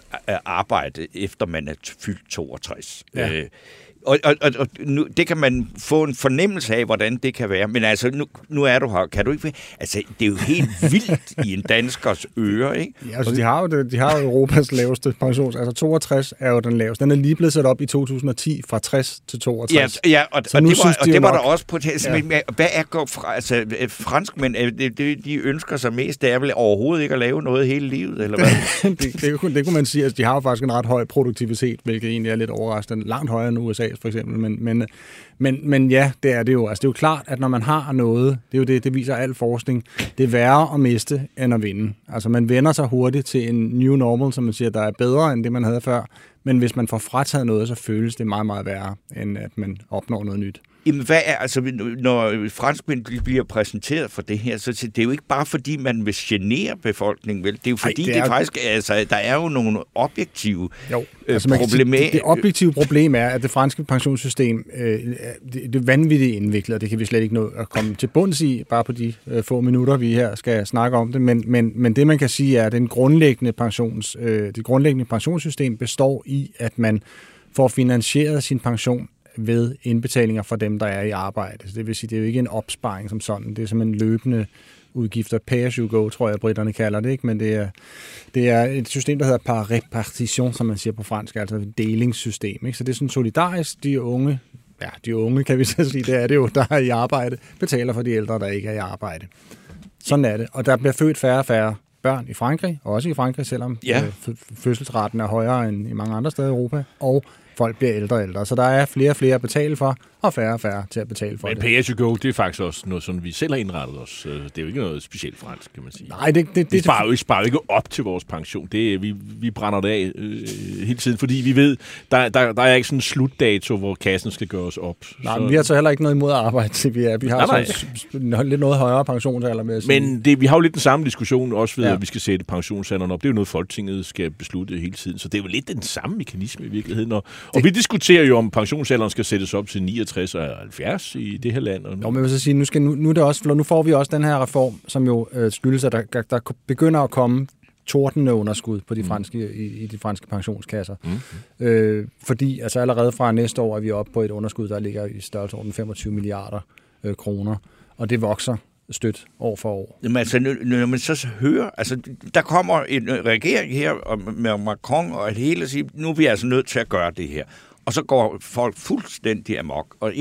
[SPEAKER 4] arbejde, efter man er fyldt toogtres. Ja. Øh, og og, og nu, det kan man få en fornemmelse af, hvordan det kan være. Men altså, nu, nu er du her. Kan du ikke... Altså, det er jo helt vildt i en danskers øre, ikke?
[SPEAKER 6] Ja, altså, de har jo, det, de har jo Europas laveste pensions. Altså, toogtres er jo den laveste. Den er lige blevet sat op i to tusind og ti fra tres til toogtres.
[SPEAKER 4] Ja, ja og, og det var, og det var der også på... Ja. Hvad er går fra... Altså, franskmænd, det, det, de ønsker sig mest, det er vel overhovedet ikke at lave noget hele livet, eller hvad?
[SPEAKER 6] det, det, det, det kunne man sige. Altså, de har jo faktisk en ret høj produktivitet, hvilket egentlig er lidt overraskende. Langt højere end U S A, for eksempel. Men, men, men, men ja, det er det jo. Altså, det er jo klart, at når man har noget, det er jo det, det viser al forskning, det er værre at miste, end at vinde. Altså, man vender sig hurtigt til en new normal, som man siger, der er bedre, end det, man havde før. Men hvis man får frataget noget, så føles det meget, meget værre, end at man opnår noget nyt.
[SPEAKER 4] Jamen, hvad er, altså, når franskmænd bliver præsenteret for det her, så det er jo ikke bare fordi, man vil genere befolkningen, vel? Det er jo fordi, Ej, det, er... det faktisk, altså, der er jo nogle objektive
[SPEAKER 6] jo, altså, problemer. Det, det objektive problem er, at det franske pensionssystem, øh, det, det er vanvittigt indviklet, og det kan vi slet ikke nå at komme til bunds i, bare på de øh, få minutter, vi her skal snakke om det. Men, men, men det, man kan sige, er, at den grundlæggende pensions, øh, det grundlæggende pensionssystem består i, at man får finansieret sin pension ved indbetalinger fra dem, der er i arbejde. Så det vil sige, det er jo ikke en opsparing som sådan. Det er simpelthen løbende udgifter. Pay as you go, tror jeg, britterne kalder det, ikke? Men det er, det er et system, der hedder par répartition, som man siger på fransk, altså et delingssystem. Ikke? Så det er sådan solidarisk. De unge, ja, de unge kan vi så sige, det er det jo, der er i arbejde, betaler for de ældre, der ikke er i arbejde. Sådan er det. Og der bliver født færre og færre børn i Frankrig, også i Frankrig, selvom ja. fødselsraten er højere end i mange andre steder i Europa. Og folk bliver ældre og ældre. Så der er flere og flere at betale for, og færre og færre til at betale for
[SPEAKER 3] Men
[SPEAKER 6] det.
[SPEAKER 3] pay as you go, det er faktisk også noget, som vi selv har indrettet os. Det er jo ikke noget specielt fransk, kan man sige.
[SPEAKER 6] Nej, det, det,
[SPEAKER 3] vi
[SPEAKER 6] det,
[SPEAKER 3] sparer jo sparer ikke op til vores pension. Det, vi, vi brænder det af øh, hele tiden, fordi vi ved, der, der, der er ikke sådan en slutdato, hvor kassen skal gøres op.
[SPEAKER 6] Nej,
[SPEAKER 3] så...
[SPEAKER 6] men vi har så heller ikke noget imod at arbejde til vi er. Vi har nej, så lidt noget højere pensionsalder med at sige.
[SPEAKER 3] Men det, vi har jo lidt den samme diskussion også ved, ja. At vi skal sætte pensionsalderen op. Det er jo noget, Folketinget skal beslutte hele tiden. Så det er jo lidt den samme mekanisme i virkeligheden. Og, det... og vi diskuterer jo, om pensionsalderen skal sættes op til niogtres og halvfjerds i det her land. Og nu.
[SPEAKER 6] Jo, men jeg vil så sige, nu, skal, nu, nu, er det også, nu får vi også den her reform, som jo øh, skyldes, at der, der, der begynder at komme tordnende underskud på de franske, i, i de franske pensionskasser. Mm. Øh, fordi altså allerede fra næste år er vi oppe på et underskud, der ligger i størrelsesorden femogtyve milliarder øh, kroner, og det vokser stødt år for år.
[SPEAKER 4] Jamen altså, når man så hører, altså, der kommer en regering her med Macron og et hele, og siger, nu er vi altså nødt til at gøre det her. Og så går folk fuldstændig amok. Og,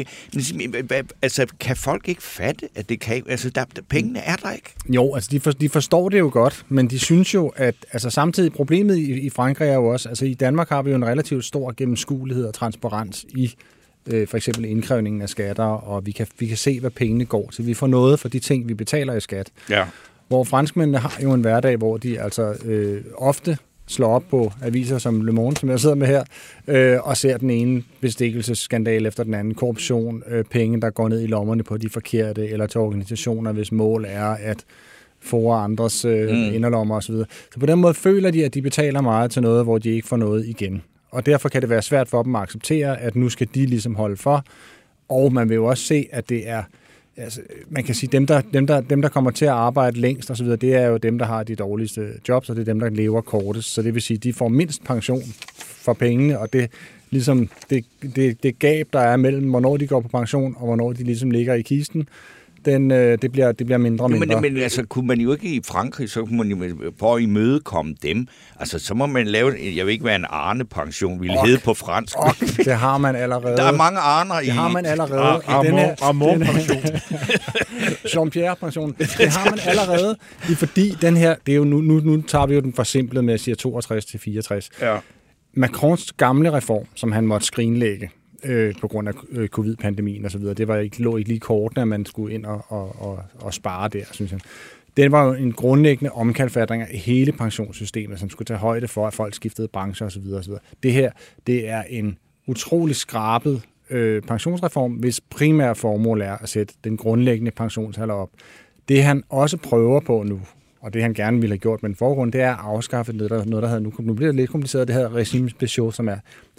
[SPEAKER 4] altså, kan folk ikke fatte, at det kan... Altså, der, der, pengene er der ikke?
[SPEAKER 6] Jo, altså, de, for, de forstår det jo godt, men de synes jo, at... Altså, samtidig problemet i, i Frankrig er jo også... Altså, i Danmark har vi jo en relativt stor gennemskuelighed og transparens i øh, for eksempel indkrævningen af skatter, og vi kan, vi kan se, hvad pengene går til. Vi får noget for de ting, vi betaler i skat.
[SPEAKER 4] Ja. Hvor
[SPEAKER 6] franskmændene har jo en hverdag, hvor de altså øh, ofte... slår op på aviser som Le Monde, som jeg sidder med her, øh, og ser den ene bestikkelsesskandal efter den anden, korruption, øh, penge, der går ned i lommerne på de forkerte, eller til organisationer, hvis mål er at få andres øh, mm. inderlommer osv. Så på den måde føler de, at de betaler meget til noget, hvor de ikke får noget igen. Og derfor kan det være svært for dem at acceptere, at nu skal de ligesom holde for, og man vil jo også se, at det er altså, man kan sige, dem der, dem, der, dem, der kommer til at arbejde længst og så videre, det er jo dem, der har de dårligste jobs, og det er dem, der lever kortest. Så det vil sige, de får mindst pension for pengene, og det, ligesom, det, det, det gab, der er mellem, hvornår de går på pension, og hvornår de ligesom ligger i kisten, den, øh, det, bliver, det bliver mindre og mindre.
[SPEAKER 4] Men, men altså, kunne man jo ikke i Frankrig, så kunne man jo prøve at imødekomme dem. Altså, så må man lave, jeg ved ikke, hvad en Arne-pension ville hedde på fransk.
[SPEAKER 6] Ok, det har man allerede.
[SPEAKER 4] Der er mange Arner i...
[SPEAKER 6] Det har man allerede.
[SPEAKER 3] Ar-
[SPEAKER 6] i den her,
[SPEAKER 3] Armand-pension.
[SPEAKER 6] Jean-Pierre-pension. Det har man allerede, fordi den her, det er jo nu, nu, nu tager vi jo den forsimplede med at sige toogtres til fireogtres.
[SPEAKER 4] Ja.
[SPEAKER 6] Macrons gamle reform, som han måtte skrinlægge, Øh, på grund af øh, covid-pandemien og så videre. Det var ikke, lå ikke lige kortene, at man skulle ind og, og, og, og spare der, synes jeg. Den var jo en grundlæggende omkalfatring af hele pensionssystemet, som skulle tage højde for, at folk skiftede brancher og så videre og så videre. Det her, det er en utrolig skrabet øh, pensionsreform, hvis primære formål er at sætte den grundlæggende pensionsalder op. Det han også prøver på nu, og det han gerne ville have gjort med den foregående, det er at afskaffe noget, der, noget, der hedder, nu, nu bliver det lidt kompliceret, det her regime special, som er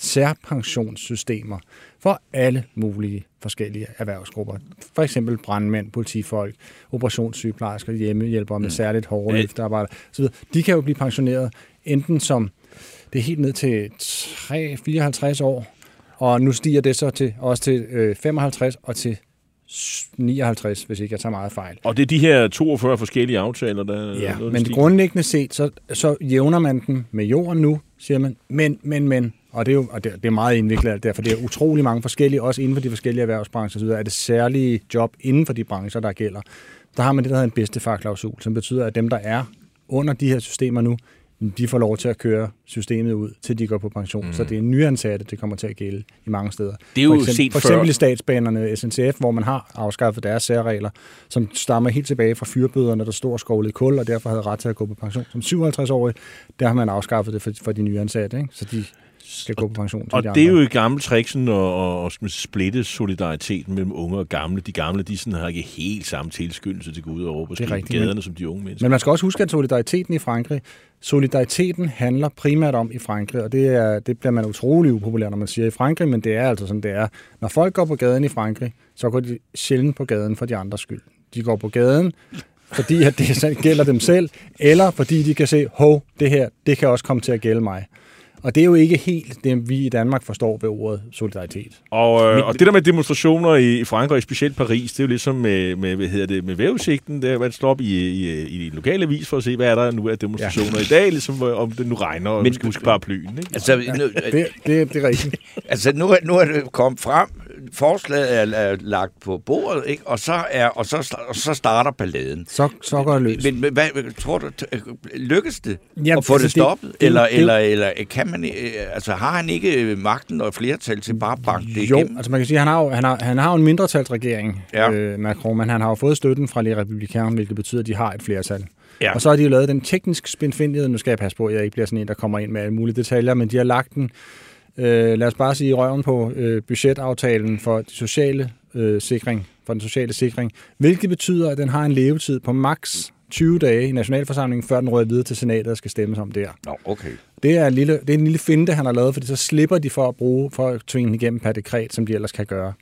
[SPEAKER 6] særpensionssystemer for alle mulige forskellige erhvervsgrupper. For eksempel brandmænd, politifolk, operationssygeplejersker, hjemmehjælpere med særligt hårde løftearbejder osv. De kan jo blive pensioneret enten som, det er helt ned til tre til fireoghalvtreds år, og nu stiger det så til, også til øh, femoghalvtreds og til nioghalvtreds, hvis ikke jeg tager meget fejl.
[SPEAKER 3] Og det er de her toogfyrre forskellige aftaler, der...
[SPEAKER 6] Ja, men grundlæggende set, så, så jævner man den med jorden nu, siger man, men, men, men, og det er jo og det, det er meget indviklet, derfor det er utrolig mange forskellige, også inden for de forskellige erhvervsbrancher, så videre, er det særlige job inden for de brancher, der gælder. Der har man det, der hedder en bedstefarklausul, som betyder, at dem, der er under de her systemer nu, de får lov til at køre systemet ud, til de går på pension. Mm. Så det er nyansatte, det kommer til at gælde i mange steder.
[SPEAKER 3] Det er jo
[SPEAKER 6] for eksempel,
[SPEAKER 3] set
[SPEAKER 6] for eksempel i statsbanerne, S N C F, hvor man har afskaffet deres særregler, som stammer helt tilbage fra fyrbøderne, der stod og skovlede kul, og derfor havde ret til at gå på pension. Som syvoghalvtreds-årig, der har man afskaffet det for, for de nyansatte, ikke? Så de skal gå på pension.
[SPEAKER 3] Og
[SPEAKER 6] de
[SPEAKER 3] det er jo et gammelt trick sådan, at, at, at splitte solidariteten mellem unge og gamle. De gamle, de sådan, har ikke helt samme tilskyndelse til at gå ud og råbe på gaderne men, som de unge mennesker.
[SPEAKER 6] Men man skal også huske, at solidariteten i Frankrig, solidariteten handler primært om i Frankrig, og det, er, det bliver man utrolig upopulær, når man siger i Frankrig, men det er altså sådan, det er. Når folk går på gaden i Frankrig, så går de sjældent på gaden for de andres skyld. De går på gaden, fordi at det gælder dem selv, eller fordi de kan se, hov, det her, det kan også komme til at gælde mig. Og det er jo ikke helt det, vi i Danmark forstår ved ordet solidaritet.
[SPEAKER 3] Og, øh, og det der med demonstrationer i, i Frankrig, og specielt Paris, det er jo ligesom med, med hvad hedder det, med vejrudsigten, der man står op i, i, i en lokale avis for at se, hvad er der nu af demonstrationer ja. i dag, ligesom om det nu regner, og men, nu skal huske paraplyen. Ikke?
[SPEAKER 4] Altså,
[SPEAKER 6] ja, det, det, det er rigtigt.
[SPEAKER 4] Altså, nu, nu er det kommet frem, forslaget er, er lagt på bordet, ikke? Og, så er, og, så, og så starter balladen.
[SPEAKER 6] Så, så går det løs.
[SPEAKER 4] Men, men hvad, tror du, lykkes det
[SPEAKER 6] Jamen,
[SPEAKER 4] at få
[SPEAKER 6] altså
[SPEAKER 4] det stoppet?
[SPEAKER 6] Det, det,
[SPEAKER 4] eller,
[SPEAKER 6] det,
[SPEAKER 4] eller, eller kan man, altså, har han ikke magten og flertal til bare at banke det
[SPEAKER 6] jo,
[SPEAKER 4] igennem?
[SPEAKER 6] Jo, altså man kan sige, at han har, han har, han har en mindretalsregering,
[SPEAKER 4] ja.
[SPEAKER 6] øh, Macron, men han har jo fået støtten fra de republikanere, hvilket betyder, at de har et flertal.
[SPEAKER 3] Ja.
[SPEAKER 6] Og så har de jo lavet den teknisk spindfindighed, nu skal jeg passe på, at jeg ikke bliver sådan en, der kommer ind med alle mulige detaljer, men de har lagt den, øh, lad os bare sige, røven på øh, budgetaftalen for de sociale øh, sikring, for den sociale sikring, hvilket betyder, at den har en levetid på maks tyve dage i nationalforsamlingen, før den rører videre til senatet og skal stemmes om det her.
[SPEAKER 4] Nå, okay.
[SPEAKER 6] Det er, en lille, det er en lille finte, han har lavet, fordi så slipper de for at bruge, for at tvinge den igennem per dekret, som de ellers kan gøre.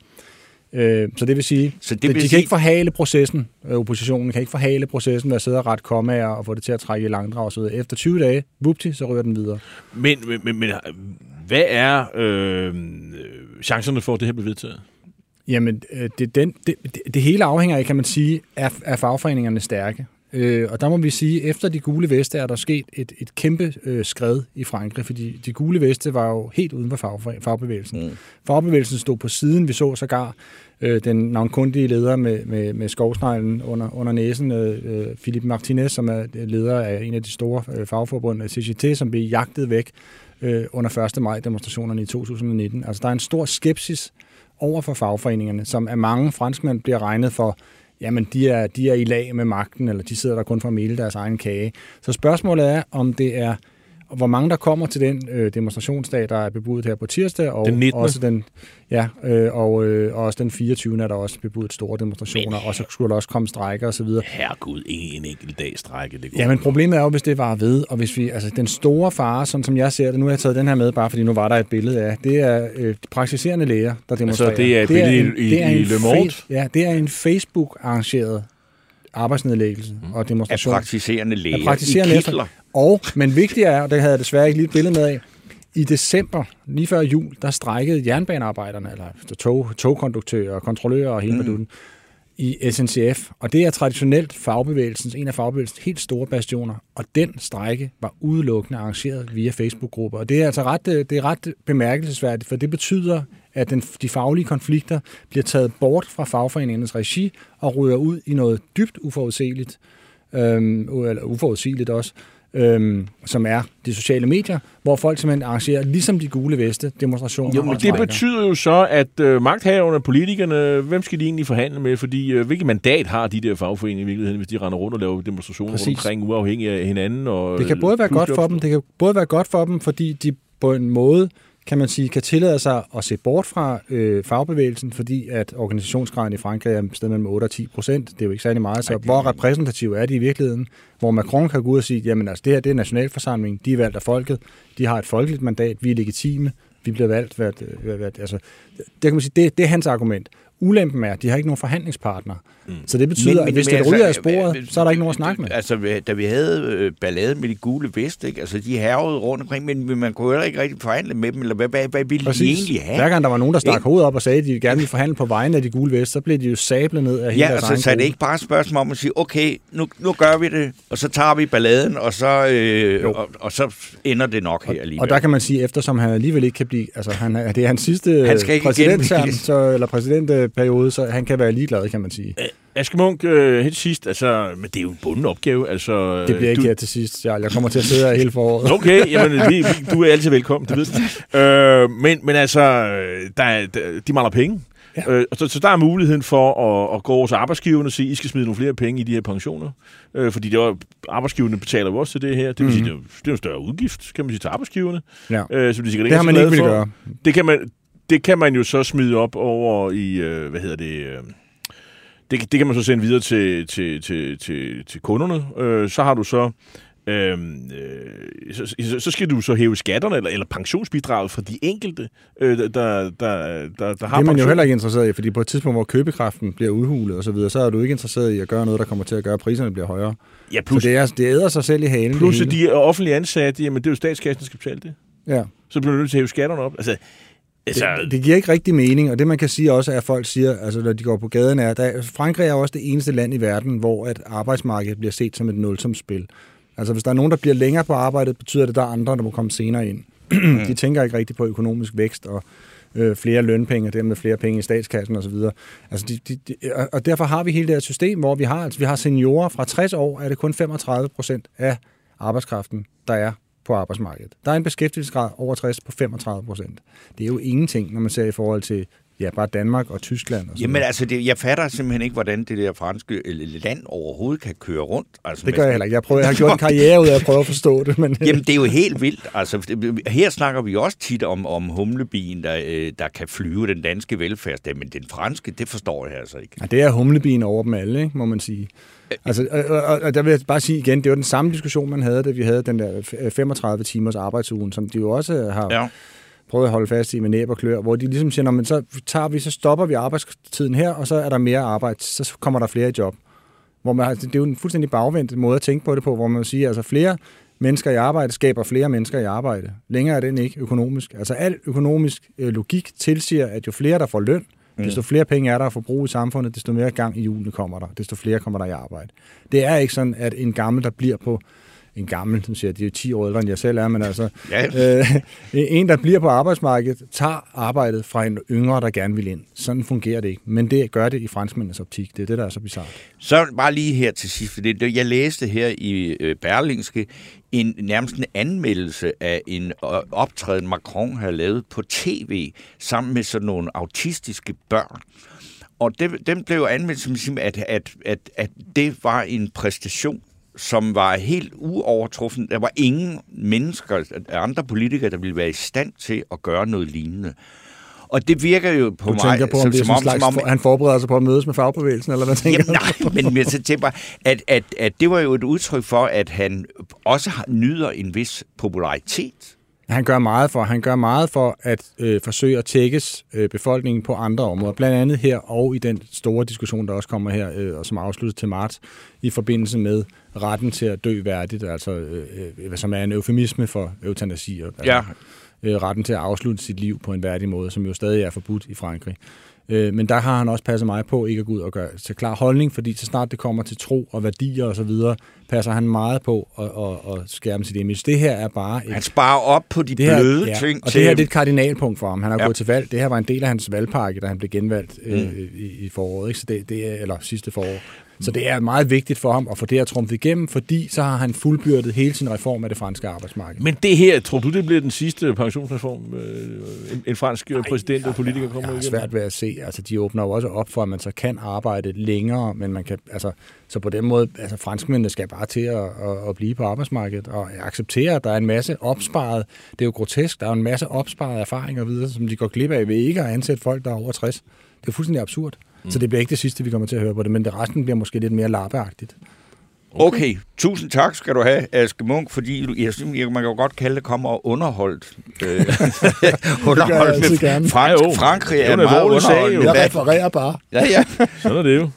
[SPEAKER 6] Øh, så det vil sige, så det vil de kan sige... ikke forhale processen, oppositionen kan ikke forhale processen ved at sidde og rette kommaer og få det til at trække i langdrag og så videre. Efter tyve dage, vupti, så rører den videre.
[SPEAKER 3] Men, men, men hvad er øh, chancerne for, at det her bliver vedtaget?
[SPEAKER 6] Jamen, det, den, det, det, det hele afhænger af, kan man sige, er, er fagforeningerne stærke. Øh, og der må vi sige, at efter de gule veste er der sket et, et kæmpe øh, skred i Frankrig, fordi de gule veste var jo helt uden for fag, fagbevægelsen. Mm. Fagbevægelsen stod på siden, vi så sågar øh, den navnkundige leder med, med, med skovsneglen under, under næsen, øh, Philippe Martinez, som er leder af en af de store øh, fagforbund, C G T, som blev jagtet væk øh, under første maj demonstrationerne i to tusind nitten. Altså der er en stor skepsis over for fagforeningerne, som af mange franskmænd bliver regnet for, jamen de er, de er i lag med magten, eller de sidder der kun for at mele deres egen kage. Så spørgsmålet er, om det er, hvor mange der kommer til den øh, demonstrationsdag, der er bebudet her på tirsdag, og
[SPEAKER 3] den nittende
[SPEAKER 6] også den, ja, øh, og, øh, og også den fireogtyvende er der også bebudet store demonstrationer, men, og så skulle der også komme strejker og så videre.
[SPEAKER 3] Herregud, en enkelt dag strække, det går.
[SPEAKER 6] Ja, men problemet er jo, hvis det var ved, og hvis vi, altså den store fare, sådan som jeg ser det, nu har jeg taget den her med, bare fordi nu var der et billede af, det er øh, praktiserende læger, der demonstrerer.
[SPEAKER 3] Altså det er et det billede er en, i, i, i Le Monde?
[SPEAKER 6] Ja, det er en Facebook-arrangeret arbejdsnedlæggelse mm. og demonstration.
[SPEAKER 4] Af praktiserende læger
[SPEAKER 6] af praktiserende
[SPEAKER 4] i kitler.
[SPEAKER 6] Og, men vigtigt er, og det havde jeg desværre ikke lige et billede med af, i december, lige før jul, der strejkede jernbanearbejderne, eller tog, togkonduktører og kontrollører og hele baduten, mm. i S N C F. Og det er traditionelt fagbevægelsens, en af fagbevægelsens helt store bastioner. Og den strejke var udelukkende arrangeret via Facebook-grupper. Og det er altså ret, det er ret bemærkelsesværdigt, for det betyder, at den, de faglige konflikter bliver taget bort fra fagforeningernes regi og ryger ud i noget dybt uforudsigeligt, øhm, eller uforudsigeligt også, øhm, som er de sociale medier, hvor folk simpelthen arrangerer, ligesom de gule veste, demonstrationer.
[SPEAKER 3] Jo, men det betyder jo så, at øh, magthaverne, politikerne, hvem skal de egentlig forhandle med? Fordi øh, hvilket mandat har de der fagforeninger i virkeligheden, hvis de render rundt og laver demonstrationer rundt omkring, uafhængigt af hinanden? Og,
[SPEAKER 6] det kan både være godt for dem, det kan både være godt for dem, fordi de på en måde, kan man sige, kan tillade sig at se bort fra øh, fagbevægelsen, fordi at organisationsgraden i Frankrig er stedet mellem otte og ti procent. Det er jo ikke særlig meget, så hvor repræsentative er de i virkeligheden? Hvor Macron kan gå ud og sige, jamen altså det her, det er nationalforsamling, de er valgt af folket, de har et folkeligt mandat, vi er legitime, vi bliver valgt, hvad, hvad, hvad, altså, det kan man sige, det, det er hans argument. Ulempen er, at de har ikke nogen forhandlingspartner. Mm. Så det betyder, men, men, at hvis det ryger af sporet, så er der ikke nogen at snakke med.
[SPEAKER 4] Altså, da vi havde ballade med de gule vest, ikke? Altså, de hærgede rundt omkring, men man kunne heller ikke rigtig forhandle med dem, eller hvad, hvad, hvad ville Præcis. de egentlig have?
[SPEAKER 6] Hver gang der var nogen, der stak hovedet op og sagde, at de gerne ville forhandle på vegne af de gule vest, så blev de jo sablet ned af hele
[SPEAKER 4] ja,
[SPEAKER 6] deres
[SPEAKER 4] altså,
[SPEAKER 6] egen
[SPEAKER 4] så er det ikke bare et spørgsmål om at sige, okay, nu, nu gør vi det, og så tager vi balladen, og så, øh, og, og så ender det nok her alligevel.
[SPEAKER 6] Og der kan man sige, eftersom han alligevel ikke kan blive, altså han, det er hans sidste præsidentterm, så, eller præsidentperiode, så han kan være ligeglad, kan man sige.
[SPEAKER 3] Aske Munk, øh, helt sidst, altså, men det er jo en bunden opgave. Altså,
[SPEAKER 6] det bliver ikke du... her til sidst, Jarl. Jeg kommer til at sidde her hele foråret.
[SPEAKER 3] Okay, jamen, vi, du er altid velkommen, det ved du. Øh, men, men altså, der, der, de mangler penge. Ja. Øh, så, så der er muligheden for at, at gå over til arbejdsgiverne og sige, I skal smide nogle flere penge i de her pensioner. Øh, fordi det var, arbejdsgiverne betaler jo også til det her. Det vil mm-hmm. sige, det er, det er en større udgift, kan man sige, til arbejdsgiverne. Ja. Øh, så de det
[SPEAKER 6] har man ikke vil gøre.
[SPEAKER 3] Det kan man, det kan man jo så smide op over i, øh, hvad hedder det... Øh, Det, det kan man så sende videre til, til, til, til, til kunderne. Øh, så har du så, øh, så, så skal du så hæve skatterne eller, eller pensionsbidraget fra de enkelte, øh, der, der, der, der, der har
[SPEAKER 6] det er man jo heller ikke interesseret i, fordi på et tidspunkt, hvor købekraften bliver udhulet og så videre, så er du ikke interesseret i at gøre noget, der kommer til at gøre, at priserne bliver højere. Ja, plus, så det, er, det æder sig selv i halen.
[SPEAKER 3] Plus at de er offentlige ansatte, jamen det er jo statskassen, der skal betale det.
[SPEAKER 6] Ja.
[SPEAKER 3] Så bliver du nødt til at hæve skatterne op. Altså,
[SPEAKER 6] Det, det giver ikke rigtig mening, og det man kan sige også er, at folk siger, altså når de går på gaden, er, at Frankrig er også det eneste land i verden, hvor at arbejdsmarkedet bliver set som et nulsumsspil. Altså hvis der er nogen, der bliver længere på arbejdet, betyder det, at der er andre, der må komme senere ind. De tænker ikke rigtig på økonomisk vækst og øh, flere lønpenge, og dermed flere penge i statskassen osv. Altså de, de, de, og derfor har vi hele det her system, hvor vi har, altså vi har seniorer fra tres år, er det kun femogtredive procent af arbejdskraften, der er på arbejdsmarkedet. Der er en beskæftigelsesgrad over tres på femogtredive procent. Det er jo ingenting, når man ser i forhold til ja, bare Danmark og Tyskland. Og
[SPEAKER 4] Jamen altså, det, jeg fatter simpelthen ikke, hvordan det der franske land overhovedet kan køre rundt. Altså,
[SPEAKER 6] det gør jeg heller ikke. Jeg, prøver, jeg har gjort en karriere ud af at prøve at forstå det. Men
[SPEAKER 4] Jamen, det er jo helt vildt. Altså, her snakker vi også tit om, om humlebien, der, der kan flyve den danske velfærdsstat, men den franske, det forstår jeg altså ikke.
[SPEAKER 6] Ja, det er humlebien over dem alle, ikke, må man sige. Altså, og, og, og der vil jeg bare sige igen, det var den samme diskussion, man havde, da vi havde den der femogtredive timers arbejdsugen, som de jo også har... Ja. prøvet at holde fast i med næb og klør, hvor de ligesom siger, men så tager vi, så stopper vi arbejdstiden her, og så er der mere arbejde, så kommer der flere i job. Hvor man, det er jo en fuldstændig bagvendt måde at tænke på det på, hvor man siger, altså flere mennesker i arbejde skaber flere mennesker i arbejde. Længere er den ikke økonomisk. Altså al økonomisk øh, logik tilsiger, at jo flere der får løn, mm. desto flere penge er der at forbruge i samfundet, desto mere gang i hjulene kommer der, desto flere kommer der i arbejde. Det er ikke sådan, at en gammel, der bliver på en gammel, som siger, de er jo ti år ældre, end jeg selv er, men altså, ja. øh, en, der bliver på arbejdsmarkedet, tager arbejdet fra en yngre, der gerne vil ind. Sådan fungerer det ikke. Men det gør det i franskmændenes optik. Det er det, der er så bizarrt.
[SPEAKER 4] Så bare lige her til sidst, for det, jeg læste her i Berlingske en nærmest en anmeldelse af en optræden, Macron havde lavet på tv, sammen med sådan nogle autistiske børn. Og det, den blev anmeldt som, at, at, at, at det var en præstation, som var helt uovertruffen. Der var ingen mennesker, andre politikere, der ville være i stand til at gøre noget lignende. Og det virker jo på
[SPEAKER 6] du
[SPEAKER 4] mig...
[SPEAKER 6] Du tænker på, om det er som om, slags, som om, han forbereder sig på at mødes med fagbevægelsen, eller hvad tænker
[SPEAKER 4] jamen, nej, men jeg tænker bare, at, at, at det var jo et udtryk for, at han også nyder en vis popularitet.
[SPEAKER 6] Han gør meget for, han gør meget for at øh, forsøge at tækkes øh, befolkningen på andre områder. Blandt andet her og i den store diskussion, der også kommer her, øh, og som afsluttes til marts, i forbindelse med retten til at dø værdigt, altså øh, øh, som er en eufemisme for eutanasi. Altså,
[SPEAKER 4] ja.
[SPEAKER 6] øh, retten til at afslutte sit liv på en værdig måde, som jo stadig er forbudt i Frankrig. Øh, men der har han også passet meget på ikke at gå ud og gøre til klar holdning, fordi så snart det kommer til tro og værdier og så videre, passer han meget på at, at, at skærme sit image. Det her er bare... Et,
[SPEAKER 4] han sparer op på de
[SPEAKER 6] her,
[SPEAKER 4] bløde
[SPEAKER 6] ja,
[SPEAKER 4] ting.
[SPEAKER 6] Og det her det er et kardinalpunkt for ham. Han har ja. gået til valg. Det her var en del af hans valgpakke, da han blev genvalgt mm. øh, i, i foråret, ikke? Så det, det er, eller sidste forår. Så det er meget vigtigt for ham at få det her trumfet igennem, fordi så har han fuldbyrdet hele sin reform af det franske arbejdsmarked.
[SPEAKER 3] Men det her, tror du, det bliver den sidste pensionsreform, en, en fransk Ej, præsident og politiker kommer igennem?
[SPEAKER 6] Det er svært ved at se. Altså, de åbner jo også op for, at man så kan arbejde længere, men man kan, altså, så på den måde, altså franskmændene skal bare til at, at, at blive på arbejdsmarkedet og acceptere, at der er en masse opsparet. Det er jo grotesk. Der er en masse opsparet erfaringer videre, som de går glip af ved ikke at ansætte folk, der er over tres. Det er fuldstændig absurd. Mm. Så det bliver ikke det sidste, vi kommer til at høre på det, men det resten bliver måske lidt mere lappeagtigt.
[SPEAKER 4] Okay. okay, tusind tak skal du have, Aske Munk, fordi jeg synes, man kan jo godt kalde det kommer og underholdt. Øh, underholdt med Frank, Frankrig er, er meget underholdt.
[SPEAKER 5] Jeg refererer bare.
[SPEAKER 4] Ja, ja.
[SPEAKER 3] Sådan er det jo.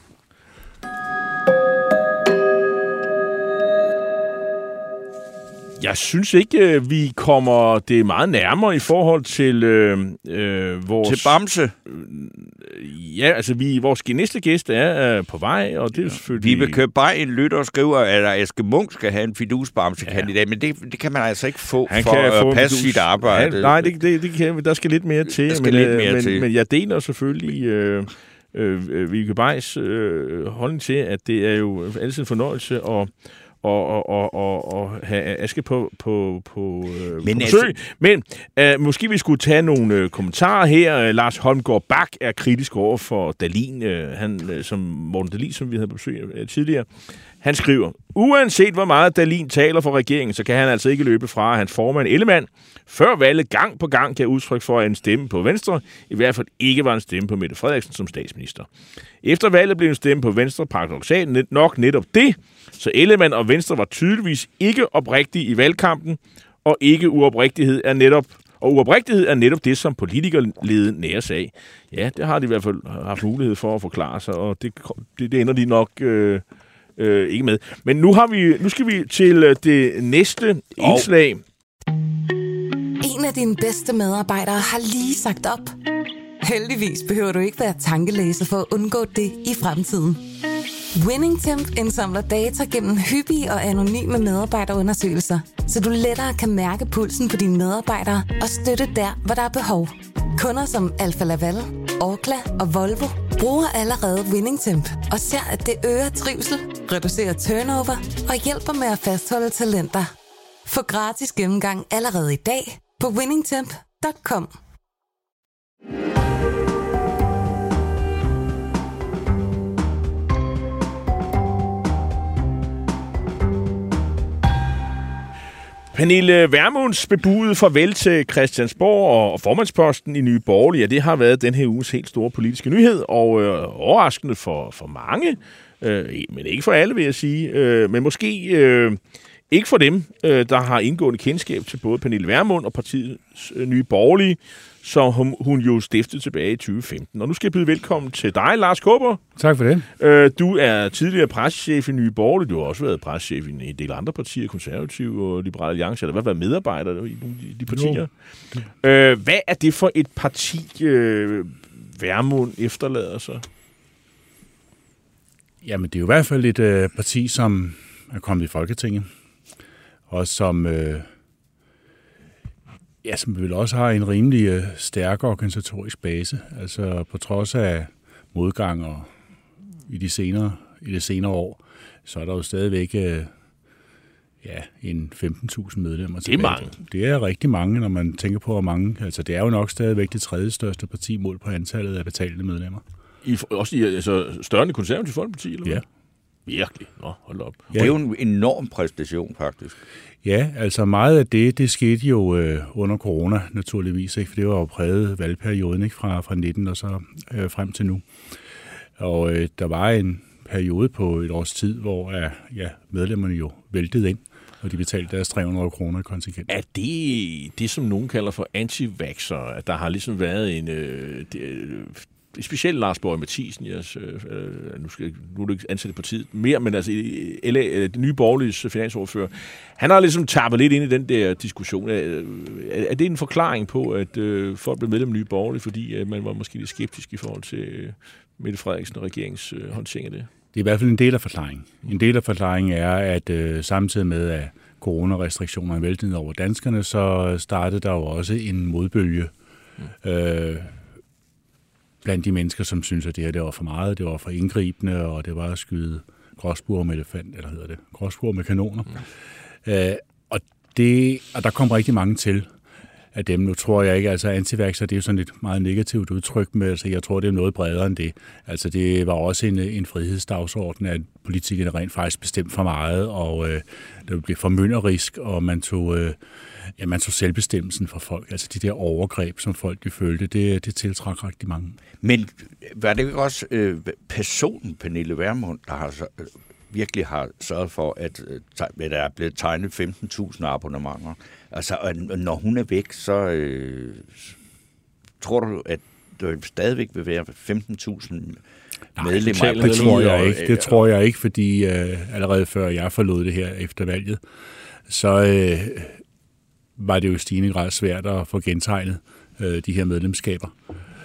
[SPEAKER 3] Jeg synes ikke, vi kommer det meget nærmere i forhold til øh, øh, vores...
[SPEAKER 4] Til Bamse?
[SPEAKER 3] Øh, ja, altså vi, vores næste gæst er øh, på vej, og det er jo selvfølgelig...
[SPEAKER 4] Vi vil købe bare en lytter og skriver, at Aske Munk skal have en fidus-Bamse-kandidat, ja. Men det, det kan man altså ikke få Han for kan at få passe sit arbejde.
[SPEAKER 3] Han, nej, det, det, det kan, der skal lidt mere til.
[SPEAKER 4] Der skal
[SPEAKER 3] men,
[SPEAKER 4] lidt mere
[SPEAKER 3] men,
[SPEAKER 4] til.
[SPEAKER 3] Men jeg deler selvfølgelig... Øh, øh, Vibeke Bejs øh, holdning til, at det er jo altid en fornøjelse at... Og, og, og, og, og have Aske på, på, på, øh,
[SPEAKER 4] Men
[SPEAKER 3] på besøg. Altså... Men øh, måske vi skulle tage nogle øh, kommentarer her. Lars Holmgaard Bak er kritisk over for Dahlin, øh, han, øh, som Morten Dahlin, som vi havde på besøg øh, tidligere. Han skriver, uanset hvor meget Dahlin taler for regeringen, så kan han altså ikke løbe fra, at hans formand Ellemann før valget gang på gang gav udtryk for, at en stemme på Venstre i hvert fald ikke var en stemme på Mette Frederiksen som statsminister. Efter valget blev en stemme på Venstre paradoksalt nok netop det, så Ellemann og Venstre var tydeligvis ikke oprigtige i valgkampen, og ikke uoprigtighed er netop og uoprigtighed er netop det, som politikerleden nærer sig af. Ja, det har de i hvert fald haft mulighed for at forklare sig, og det, det, det ender de nok øh, øh, ikke med. Men nu, har vi, nu skal vi til det næste indslag.
[SPEAKER 1] En af dine bedste medarbejdere har lige sagt op. Heldigvis behøver du ikke være tankelæser for at undgå det i fremtiden. WinningTemp indsamler data gennem hyppige og anonyme medarbejderundersøgelser, så du lettere kan mærke pulsen på dine medarbejdere og støtte der, hvor der er behov. Kunder som Alfa Laval, Orkla og Volvo bruger allerede WinningTemp og ser, at det øger trivsel, reducerer turnover og hjælper med at fastholde talenter. Få gratis gennemgang allerede i dag på winning temp punktum com.
[SPEAKER 3] Pernille Vermunds bebudet farvel til Christiansborg og formandsposten i Nye Borgerlige, ja, det har været den her uges helt store politiske nyhed, og øh, overraskende for, for mange, øh, men ikke for alle, vil jeg sige, øh, men måske øh, ikke for dem, øh, der har indgående kendskab til både Pernille Vermund og partiets øh, Nye Borgerlige, som hun, hun jo stiftede tilbage i tyve femten. Og nu skal jeg byde velkommen til dig, Lars Kaaber.
[SPEAKER 6] Tak for det.
[SPEAKER 3] Øh, du er tidligere pressechef i Nye Borgerlige. Du har også været pressechef i en del andre partier, Konservative og Liberale Alliance. Eller hvad har været medarbejder i nogle af de partier? Øh, hvad er det for et parti, øh, Vermund efterlader sig?
[SPEAKER 7] Jamen, det er jo i hvert fald et øh, parti, som er kommet i Folketinget. Og som... Øh, Ja, som vel også har en rimelig øh, stærk organisatorisk base. Altså på trods af modgang og i de senere, i de senere år, så er der jo stadigvæk øh, ja, en femten tusind medlemmer.
[SPEAKER 3] Det er mange.
[SPEAKER 7] Det er rigtig mange, når man tænker på, hvor mange. Altså det er jo nok stadigvæk det tredje største parti målt på antallet af betalende medlemmer.
[SPEAKER 3] I, også i, altså, større end det Konservative Folkeparti, eller hvad?
[SPEAKER 7] Ja.
[SPEAKER 3] Virkelig? Nå, hold op.
[SPEAKER 4] Ja. Det er jo en enorm præstation, faktisk.
[SPEAKER 7] Ja, altså meget af det, det skete jo øh, under corona, naturligvis, ikke? For det var jo præget valgperioden, ikke? Fra, fra nitten og så øh, frem til nu. Og øh, der var en periode på et års tid, hvor øh, ja, medlemmerne jo væltede ind, og de betalte deres tre hundrede kroner i kontingent.
[SPEAKER 3] Er det det, som nogen kalder for anti-vaxxer? At der har ligesom været en... Øh, det, specielt Lars Boje Mathiesen, yes, øh, nu, skal, nu er det ikke ansat i partiet mere, men altså L A, det nye borgerliges finansordfører, han har ligesom tappet lidt ind i den der diskussion. Er, er det en forklaring på, at øh, folk blev medlem af Nye Borgerlige, fordi øh, man var måske lidt skeptisk i forhold til øh, Mette Frederiksen og regeringens øh, håndtering af det?
[SPEAKER 7] Det er i hvert fald en del af forklaringen. En del af forklaringen er, at øh, samtidig med, at coronarestriktionerne væltede ned over danskerne, så startede der jo også en modbølge mm. øh, blandt de mennesker, som synes, at det her det var for meget, det var for indgribende, og det var at skyde gråspurve med elefant, eller hedder det, gråspurve med kanoner. Mm. Øh, og, det, og der kom rigtig mange til af dem. Nu tror jeg ikke, altså antivaxxer, det er jo sådan et meget negativt udtryk, men altså, jeg tror, det er noget bredere end det. Altså det var også en, en frihedsdagsorden, at politikerne rent faktisk bestemte for meget, og øh, det blev formynderisk, og man tog... Øh, Ja, man tog selvbestemmelsen for folk. Altså de der overgreb, som folk de følte, det, det tiltrak rigtig mange.
[SPEAKER 4] Men var det ikke også øh, personen Pernille Vermund, der har, øh, virkelig har sørget for, at, øh, at der er blevet tegnet femten tusind abonnementer? Altså, og når hun er væk, så øh, tror du, at der stadigvæk vil være femten tusind medlemmer?
[SPEAKER 7] Nej, det tror jeg ikke. Det tror jeg ikke, fordi øh, allerede før jeg forlod det her efter valget, så... Øh, var det jo i stigende grad svært at få gentegnet øh, de her medlemskaber.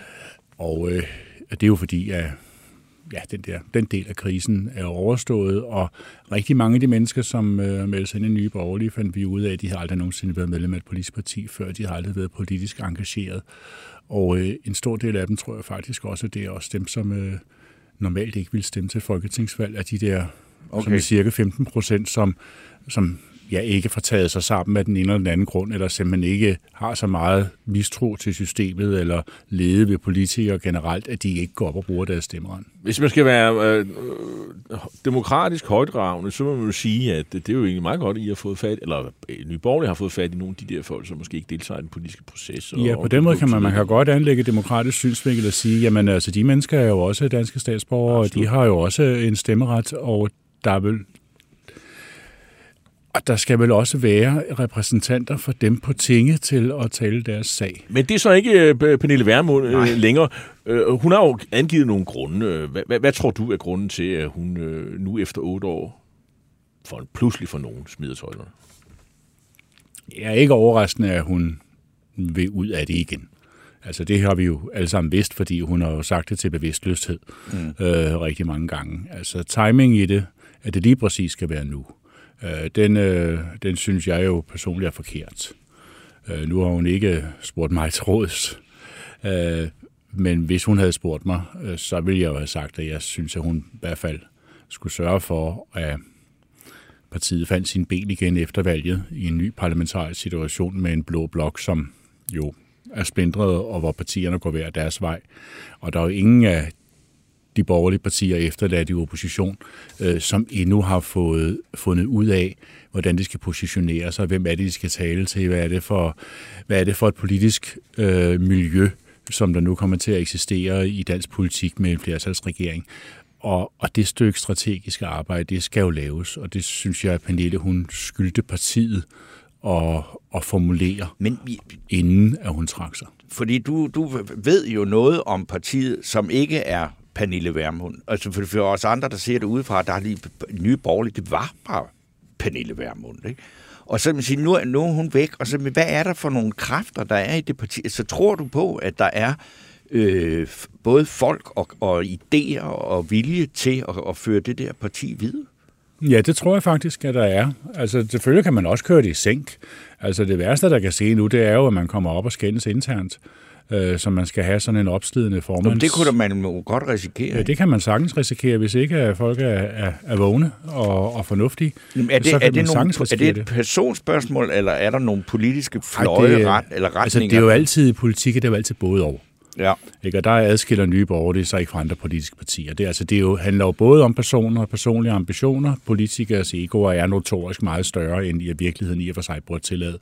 [SPEAKER 7] Og øh, det er jo fordi, at ja, den, der, den del af krisen er overstået, og rigtig mange af de mennesker, som øh, meldte sig ind i Nye Borgerlige, fandt vi ud af, at de har aldrig nogensinde været medlem af et politisk parti før, de har aldrig været politisk engageret. Og øh, en stor del af dem tror jeg faktisk også, at det er også dem, som øh, normalt ikke vil stemme til folketingsvalg, af de der okay. som er cirka femten procent, som, som ja, ikke får taget sig sammen af den ene eller den anden grund, eller simpelthen ikke har så meget mistro til systemet, eller lede ved politikere generelt, at de ikke går op og bruger deres stemmeret.
[SPEAKER 3] Hvis man skal være øh, demokratisk højdragende, så må man jo sige, at det er jo egentlig meget godt, at I har fået fat, eller Nye Borgerlige har fået fat i nogle af de der folk, som måske ikke deltager i den politiske proces.
[SPEAKER 7] Ja, på den måde kan man, man kan godt anlægge demokratisk synsvinkel og sige, jamen altså, de mennesker er jo også danske statsborgere, og de har jo også en stemmeret, og der er vel Og der skal vel også være repræsentanter for dem på tinge til at tale deres sag.
[SPEAKER 3] Men det er så ikke uh, Pernille Vermund uh, længere. Uh, hun har jo angivet nogle grunde. Hvad, hvad, hvad tror du er grunden til, at hun uh, nu efter otte år for pludselig for nogen smider tøjlerne?
[SPEAKER 7] Jeg er ikke overraskende, at hun vil ud af det igen. Altså det har vi jo alle sammen vidst, fordi hun har jo sagt det til bevidstløshed mm. øh, rigtig mange gange. Altså timing i det, at det lige præcis skal være nu. Den, den synes jeg jo personligt er forkert. Nu har hun ikke spurgt mig til råds Øh, men hvis hun havde spurgt mig, øh, så ville jeg jo have sagt, at jeg synes, at hun i hvert fald skulle sørge for, at partiet fandt sin ben igen efter valget i en ny parlamentarisk situation med en blå blok, som jo er splintret, og hvor partierne går hver deres vej. Og der er jo ingen af de borgerlige partier efterladt i opposition, øh, som endnu har fået fundet ud af, hvordan de skal positionere sig, hvem er det, de skal tale til, hvad er det for, hvad er det for et politisk øh, miljø, som der nu kommer til at eksistere i dansk politik med en flertalsregering. Og, og det stykke strategiske arbejde, det skal jo laves, og det synes jeg, at Pernille, hun skyldte partiet at, at formulere, Men, inden at hun trak sig.
[SPEAKER 4] Fordi du, du ved jo noget om partiet, som ikke er Pernille Vermund. Altså for, for os andre, der ser det udefra, der er lige nye borgerlige, det var bare Pernille Vermund, ikke? Og så man siger, nu, nu er hun væk, og så hvad er der for nogle kræfter, der er i det parti? Så tror du på, at der er øh, både folk og, og idéer og vilje til at, at føre det der parti videre?
[SPEAKER 7] Ja, det tror jeg faktisk, at der er. Altså, selvfølgelig kan man også køre det i sænk. Altså, det værste, der kan se nu, det er jo, at man kommer op og skændes internt. Øh, så man skal have sådan en opslidende formands...
[SPEAKER 4] Jamen, det kunne man jo godt risikere.
[SPEAKER 7] Ja, det kan man sagtens risikere, hvis ikke at folk er, er, er vågne og, og fornuftige.
[SPEAKER 4] Jamen, er det,
[SPEAKER 7] så kan
[SPEAKER 4] er det,
[SPEAKER 7] man
[SPEAKER 4] nogle,
[SPEAKER 7] er det
[SPEAKER 4] et
[SPEAKER 7] det.
[SPEAKER 4] personspørgsmål, eller er der nogle politiske fløje
[SPEAKER 7] Ej, det,
[SPEAKER 4] ret, eller retninger?
[SPEAKER 7] Altså, det er jo altid i politik, det er jo altid både over.
[SPEAKER 4] Ja.
[SPEAKER 7] Ikke? Og der adskiller Nye Borgerlige sig ikke fra andre politiske partier. Det, altså, det er jo, handler jo både om personer og personlige ambitioner. Politikers egoer er notorisk meget større, end i virkeligheden i og for sig burde tillade.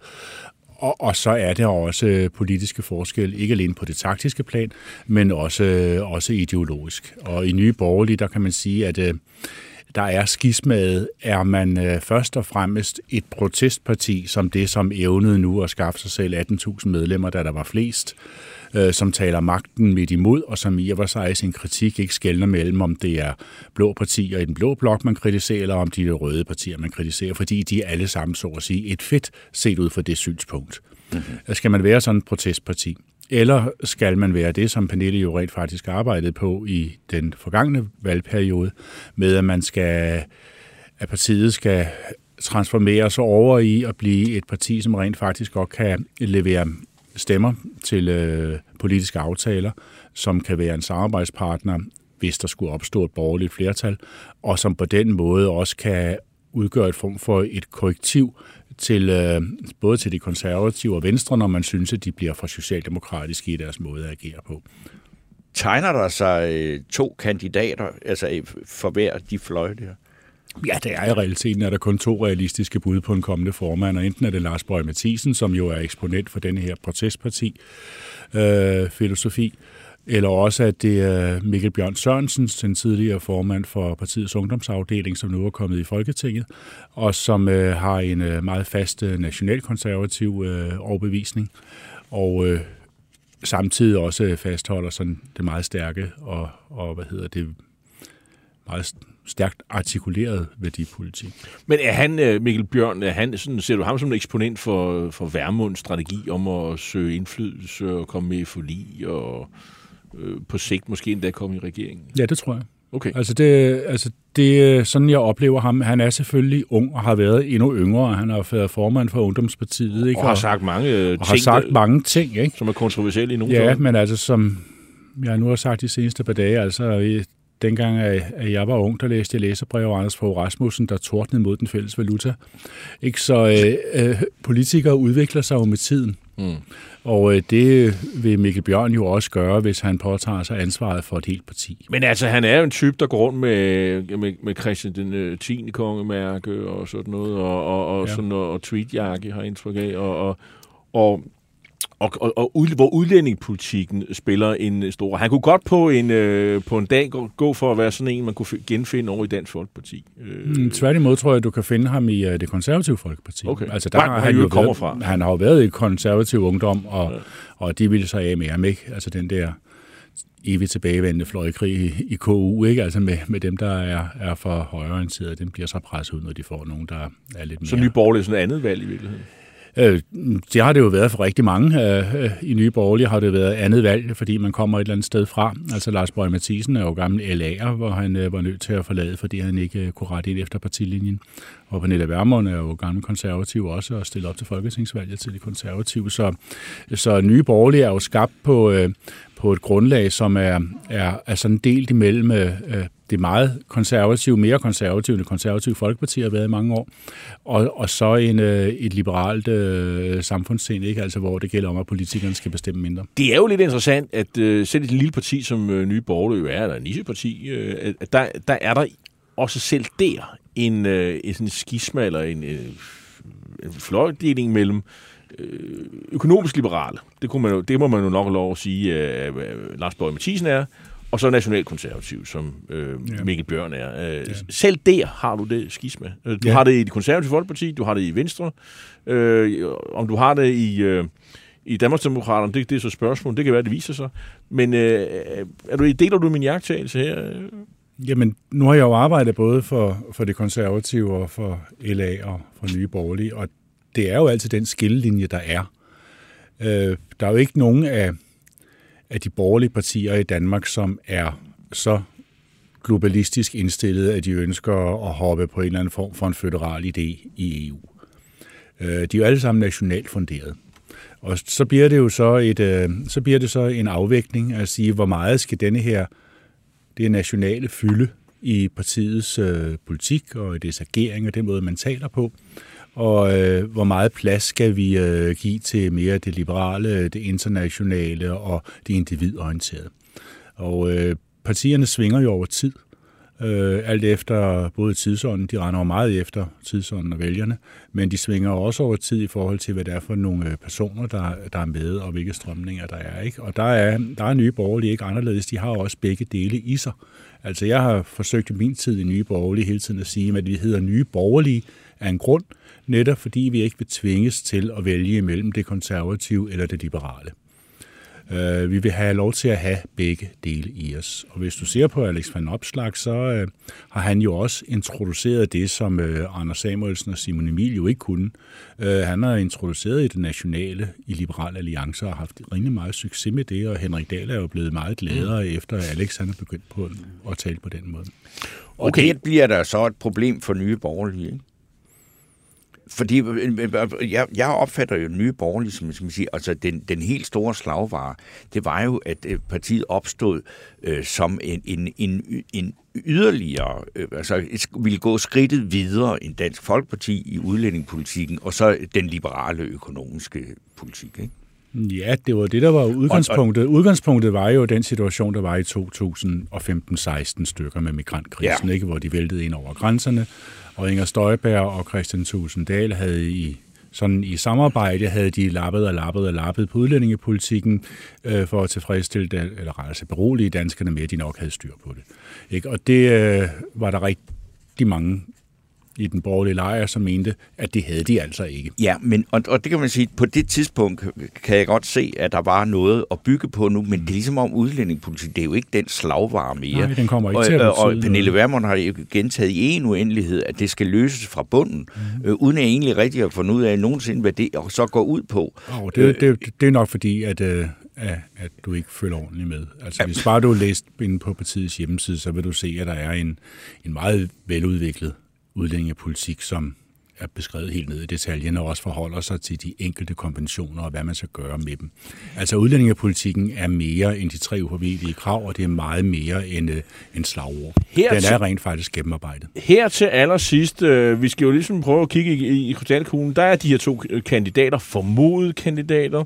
[SPEAKER 7] Og, og så er der også politiske forskel, ikke alene på det taktiske plan, men også, også ideologisk. Og i Nye Borgerlige, der kan man sige, at øh, der er skismaet, er man øh, først og fremmest et protestparti, som det, som evnede nu at skaffe sig selv atten tusind medlemmer, da der var flest, øh, som taler magten midt imod, og som i og for sig i sin kritik ikke skelner mellem, om det er blå partier i den blå blok, man kritiserer, eller om de er røde partier, man kritiserer, fordi de er alle sammen, så at sige, et fedt set ud fra det synspunkt. Mm-hmm. Skal man være sådan et protestparti? Eller skal man være det, som Pernille jo rent faktisk arbejdede på i den forgangne valgperiode, med at man skal, at partiet skal transformere sig over i at blive et parti, som rent faktisk godt kan levere stemmer til øh, politiske aftaler, som kan være en samarbejdspartner, hvis der skulle opstå et borgerligt flertal, og som på den måde også kan udgøre et form for et korrektiv til øh, både til de konservative og venstre, når man synes, at de bliver for socialdemokratiske i deres måde at agere på.
[SPEAKER 4] Tegner der sig øh, to kandidater, altså for hver de fløje der?
[SPEAKER 7] Ja, det er i realiteten, er der kun to realistiske bud på en kommende formand, og enten er det Lars Boje Mathiesen, som jo er eksponent for denne her protestparti øh, filosofi, eller også at det er Mikkel Bjørn Sørensen, den tidligere formand for partiets ungdomsafdeling, som nu er kommet i Folketinget, og som øh, har en øh, meget fast øh, nationalkonservativ øh, overbevisning, og øh, samtidig også fastholder sådan det meget stærke og, og hvad hedder det, meget stærkt artikuleret værdipolitik.
[SPEAKER 3] Men er han, Mikkel Bjørn, er han, sådan, ser du ham som en eksponent for, for Vermunds strategi om at søge indflydelse og komme med i forlig og øh, på sigt måske endda komme i regeringen?
[SPEAKER 7] Ja, det tror jeg.
[SPEAKER 3] Okay.
[SPEAKER 7] Altså det, altså det er sådan, jeg oplever ham. Han er selvfølgelig ung og har været endnu yngre. Han har været formand for Ungdomspartiet. Ikke?
[SPEAKER 3] Og har sagt mange
[SPEAKER 7] og
[SPEAKER 3] ting,
[SPEAKER 7] har sagt mange ting, ikke?
[SPEAKER 3] Som er kontroversielle i nogle
[SPEAKER 7] Ja,
[SPEAKER 3] forhold.
[SPEAKER 7] men altså som jeg nu har sagt de seneste par dage, altså dengang, at jeg var ung, der læste jeg læserbrev af Anders Fogh Rasmussen, der tordnede mod den fælles valuta. Ikke? Så øh, øh, politikere udvikler sig jo med tiden. Mm. Og øh, det vil Mikkel Bjørn jo også gøre, hvis han påtager sig ansvaret for et helt parti.
[SPEAKER 3] Men altså, han er jo en type, der går rundt med, med, med Christian den tiende kongemærke og sådan noget, og, og, og, ja. sådan, og, og tweetjakke har indtryk af, og, og, og Og, og, og ud, hvor udlændingepolitikken spiller en stor... Han kunne godt på en, øh, på en dag gå, gå for at være sådan en, man kunne genfinde over i Dansk Folkeparti. Øh.
[SPEAKER 7] Mm, tværtimod tror jeg, du kan finde ham i uh, det konservative Folkeparti.
[SPEAKER 3] Okay.
[SPEAKER 7] Altså, der har han, jo
[SPEAKER 3] kommer
[SPEAKER 7] været,
[SPEAKER 3] fra.
[SPEAKER 7] Han har jo været i konservativ ungdom, og, ja. og de ville sig af med ham, ikke? Altså den der evigt tilbagevendende fløjkrig i, i K U, ikke? Altså med, med dem, der er, er for højreorienterede, dem bliver så presset ud, når de får nogen, der er lidt mere...
[SPEAKER 3] Så Nye Borgerlige er sådan et andet valg i virkeligheden?
[SPEAKER 7] Det har det jo været for rigtig mange. I Nye Borgerlige har det været andet valg, fordi man kommer et eller andet sted fra. Altså Lars Boje Mathiesen er jo gammel L A'er, hvor han var nødt til at forlade, fordi han ikke kunne rette ind efter partilinjen. og Pernille Vermund er jo gammel konservativ også, og stillet op til folketingsvalget til de konservative. Så, så Nye Borgerlige er jo skabt på, øh, på et grundlag, som er, er, er sådan delt imellem øh, det meget konservative, mere konservative, end det konservative Folkeparti har været i mange år, og, og så en, øh, et liberalt øh, samfundssind, ikke? Altså, hvor det gælder om, at politikerne skal bestemme mindre.
[SPEAKER 3] Det er jo lidt interessant, at øh, selv et lille parti som øh, Nye Borgerlige er, eller et nicheparti, øh, at der, der er der også selv der en, øh, en sådan skisma, eller en, øh, en fløjdeling mellem øh, økonomisk liberale, det, kunne man jo, det må man jo nok lov at sige, at øh, Lars Boje Mathiesen er, og så nationalkonservativ, som øh, ja. Mikkel Bjørn er. Øh, ja. Selv der har du det skisma. Du ja. har det i det konservative Folkeparti, du har det i Venstre. Øh, om du har det i, øh, i Danmarksdemokraterne, det, det er så spørgsmål. Det kan være, det viser sig. Men øh, er du, deler du min jagttagelse her?
[SPEAKER 7] Jamen, nu har jeg jo arbejdet både for, for det konservative og for L A og for Nye Borgerlige, og det er jo altid den skillelinje, der er. Øh, der er jo ikke nogen af af de borgerlige partier i Danmark, som er så globalistisk indstillet, at de ønsker at hoppe på en eller anden form for en føderal idé i E U. De er jo alle sammen nationalt funderet. Og så bliver det jo så, et, så bliver det så en afvægtning at sige, hvor meget skal denne her, det nationale fylde i partiets politik og i dets agering og den måde, man taler på. Og øh, hvor meget plads skal vi øh, give til mere det liberale, det internationale og det individorienterede. Og øh, partierne svinger jo over tid, øh, alt efter både tidsånden, de render jo meget efter tidsånden og vælgerne, men de svinger også over tid i forhold til, hvad det er for nogle personer, der, der er med, og hvilke strømninger der er. Ikke? Og der er, der er Nye Borgerlige ikke anderledes, de har også begge dele i sig. Altså jeg har forsøgt i min tid i Nye Borgerlige hele tiden at sige, at vi hedder Nye Borgerlige af en grund, netop fordi vi ikke vil tvinges til at vælge imellem det konservative eller det liberale. Uh, vi vil have lov til at have begge dele i os. Og hvis du ser på Alex Van Opslark, så uh, har han jo også introduceret det, som uh, Anders Samuelsen og Simon Emil jo ikke kunne. Uh, han har introduceret i det nationale, i Liberal Alliance, og har haft rimelig meget succes med det, og Henrik Dahl er jo blevet meget gladere, mm. efter Alex han er begyndt på at tale på den måde.
[SPEAKER 4] Okay, det bliver der så et problem for Nye Borgerlige, ikke? Fordi jeg, jeg opfatter jo Nye Borgerlige, som skal man sige, altså den, den helt store slagvare, det var jo, at partiet opstod øh, som en, en, en, en yderligere, øh, altså ville gå skridtet videre end Dansk Folkeparti i udlændingepolitikken, og så den liberale økonomiske politik, ikke?
[SPEAKER 7] Ja, det var det, der var udgangspunktet. Udgangspunktet var jo den situation, der var i to tusind og femten seksten stykker med migrantkrisen, ja. Ikke, hvor de væltede ind over grænserne. Og Inger Støjberg og Kristian Thulesen Dahl havde i, sådan i samarbejde havde de lappet og lappet og lappet på udlændingepolitikken øh, for at tilfredsstille, eller altså berolige danskerne med, at de nok havde styr på det. Ikke? Og det øh, var der rigtig mange i den borgerlige lejr, som mente, at det havde de altså ikke.
[SPEAKER 4] Ja, men og, og det kan man sige, på det tidspunkt kan jeg godt se, at der var noget at bygge på nu, men det er ligesom om udlændingepolitik, det er jo ikke den slagvare mere.
[SPEAKER 7] Nej, den kommer ikke
[SPEAKER 4] og,
[SPEAKER 7] til at
[SPEAKER 4] og, og Pernille Vermund har jo gentaget i en uendelighed, at det skal løses fra bunden, mm. øh, uden at egentlig rigtig at finde ud af nogensinde, hvad det så går ud på.
[SPEAKER 7] Oh, det, det, det er nok fordi, at, øh, at du ikke følger ordentligt med. Altså, hvis bare du læst inde på partiets hjemmeside, så vil du se, at der er en, en meget veludviklet udlændingepolitik, som er beskrevet helt ned i detaljen, og også forholder sig til de enkelte konventioner og hvad man skal gøre med dem. Altså udlændingepolitikken er mere end de tre upåvirkelige krav, og det er meget mere end øh, en slagord. Her Den er rent faktisk gennemarbejdet.
[SPEAKER 3] Her til allersidst, øh, vi skal jo ligesom prøve at kigge i, i krystalkuglen, der er de her to kandidater, formodede kandidater.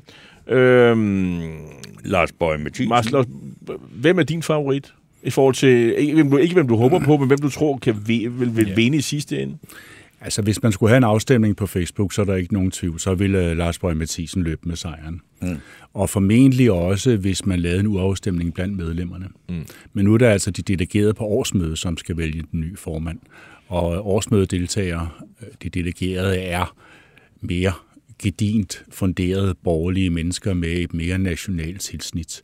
[SPEAKER 3] Øhm,
[SPEAKER 4] Lars Boje Mathiesen.
[SPEAKER 3] Lars, hvem er din favorit? I forhold til, ikke hvem du, ikke hvem du håber på, men hvem du tror kan vil, vil, vil ja. vinde i sidste ende?
[SPEAKER 7] Altså, hvis man skulle have en afstemning på Facebook, så er der ikke nogen tvivl. Så ville uh, Lars Boje Mathiesen løbe med sejren. Mm. Og formentlig også, hvis man lavede en uafstemning blandt medlemmerne. Mm. Men nu er der altså de delegerede på årsmødet, som skal vælge den nye formand. Og årsmødedeltagere, de delegerede, er mere gedint funderede borgerlige mennesker med et mere nationalt tilsnit.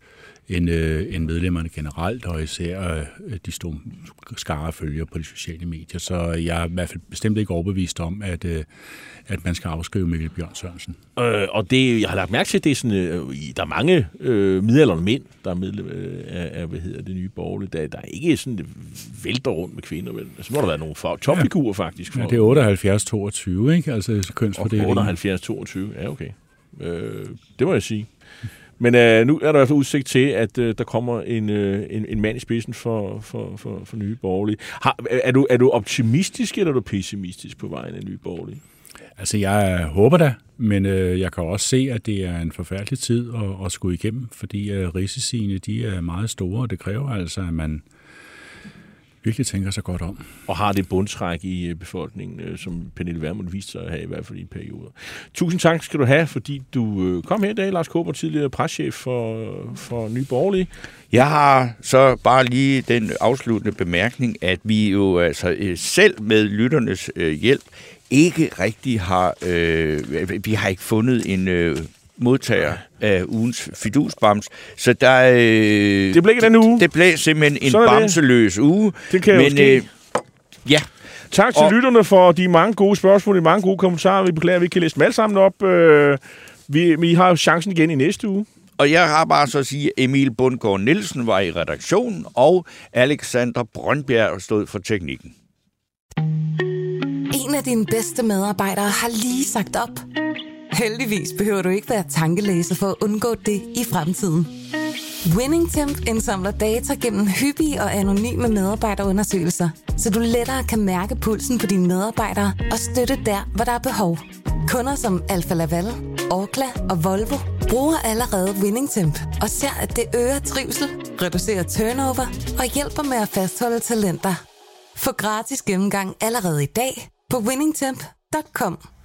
[SPEAKER 7] end, øh, end medlemmerne generelt, og især øh, de store skare følger på de sociale medier. Så jeg er i hvert fald bestemt ikke overbevist om, at, øh, at man skal afskrive Mikkel Bjørn Sørensen.
[SPEAKER 3] Øh, og det, jeg har lagt mærke til, det er sådan, øh, der er mange øh, midaldrende mænd, der er medlem øh, af, af, hvad hedder det, Nye Borgerlige. Der, der er ikke sådan, det vælter rundt med kvinder, vel? Altså, må der være nogle topfigurer, faktisk. For,
[SPEAKER 7] ja, det er otteoghalvfjerds toogtyve, ikke? Altså kønsfordelingen.
[SPEAKER 3] otteoghalvfjerds toogtyve, ja, okay. Øh, det må jeg sige. Men øh, nu er der i hvert fald udsigt til, at øh, der kommer en, øh, en, en mand i spidsen for, for, for, for Nye Borgerlige. Har, er, du, er du optimistisk, eller er du pessimistisk på vejen af Nye Borgerlige?
[SPEAKER 7] Altså, jeg håber da, men øh, jeg kan også se, at det er en forfærdelig tid at, at skulle igennem, fordi øh, risiciene, de er meget store, og det kræver altså, at man virkelig tænker sig godt om.
[SPEAKER 3] Og har det bundtræk i befolkningen, som Pernille Vermund viste sig at have, i hvert fald i en periode. Tusind tak skal du have, fordi du kom her i dag, Lars Kaaber, tidligere preschef for, for Nye Borgerlige.
[SPEAKER 4] Jeg har så bare lige den afsluttende bemærkning, at vi jo altså selv med lytternes øh, hjælp ikke rigtig har, øh, vi har ikke fundet en øh, modtager af ugens fidusbams. Så der øh,
[SPEAKER 3] det blev ikke den uge.
[SPEAKER 4] Det blev simpelthen en bamseløs uge.
[SPEAKER 3] Det kan
[SPEAKER 4] men,
[SPEAKER 3] jo ske.
[SPEAKER 4] Øh, ja.
[SPEAKER 3] Tak til og, lytterne for de mange gode spørgsmål, de mange gode kommentarer. Vi beklager, at vi ikke kan læse dem alle sammen op. Øh, vi, vi har jo chancen igen i næste uge.
[SPEAKER 4] Og jeg har bare så at sige, at Emil Bundgaard Nielsen var i redaktionen, og Alexander Brøndbjerg stod for teknikken.
[SPEAKER 1] En af dine bedste medarbejdere har lige sagt op. Heldigvis behøver du ikke være tankelæser for at undgå det i fremtiden. WinningTemp indsamler data gennem hyppige og anonyme medarbejderundersøgelser, så du lettere kan mærke pulsen på dine medarbejdere og støtte der, hvor der er behov. Kunder som Alfa Laval, Orkla og Volvo bruger allerede WinningTemp og ser, at det øger trivsel, reducerer turnover og hjælper med at fastholde talenter. Få gratis gennemgang allerede i dag på winningtemp punktum com.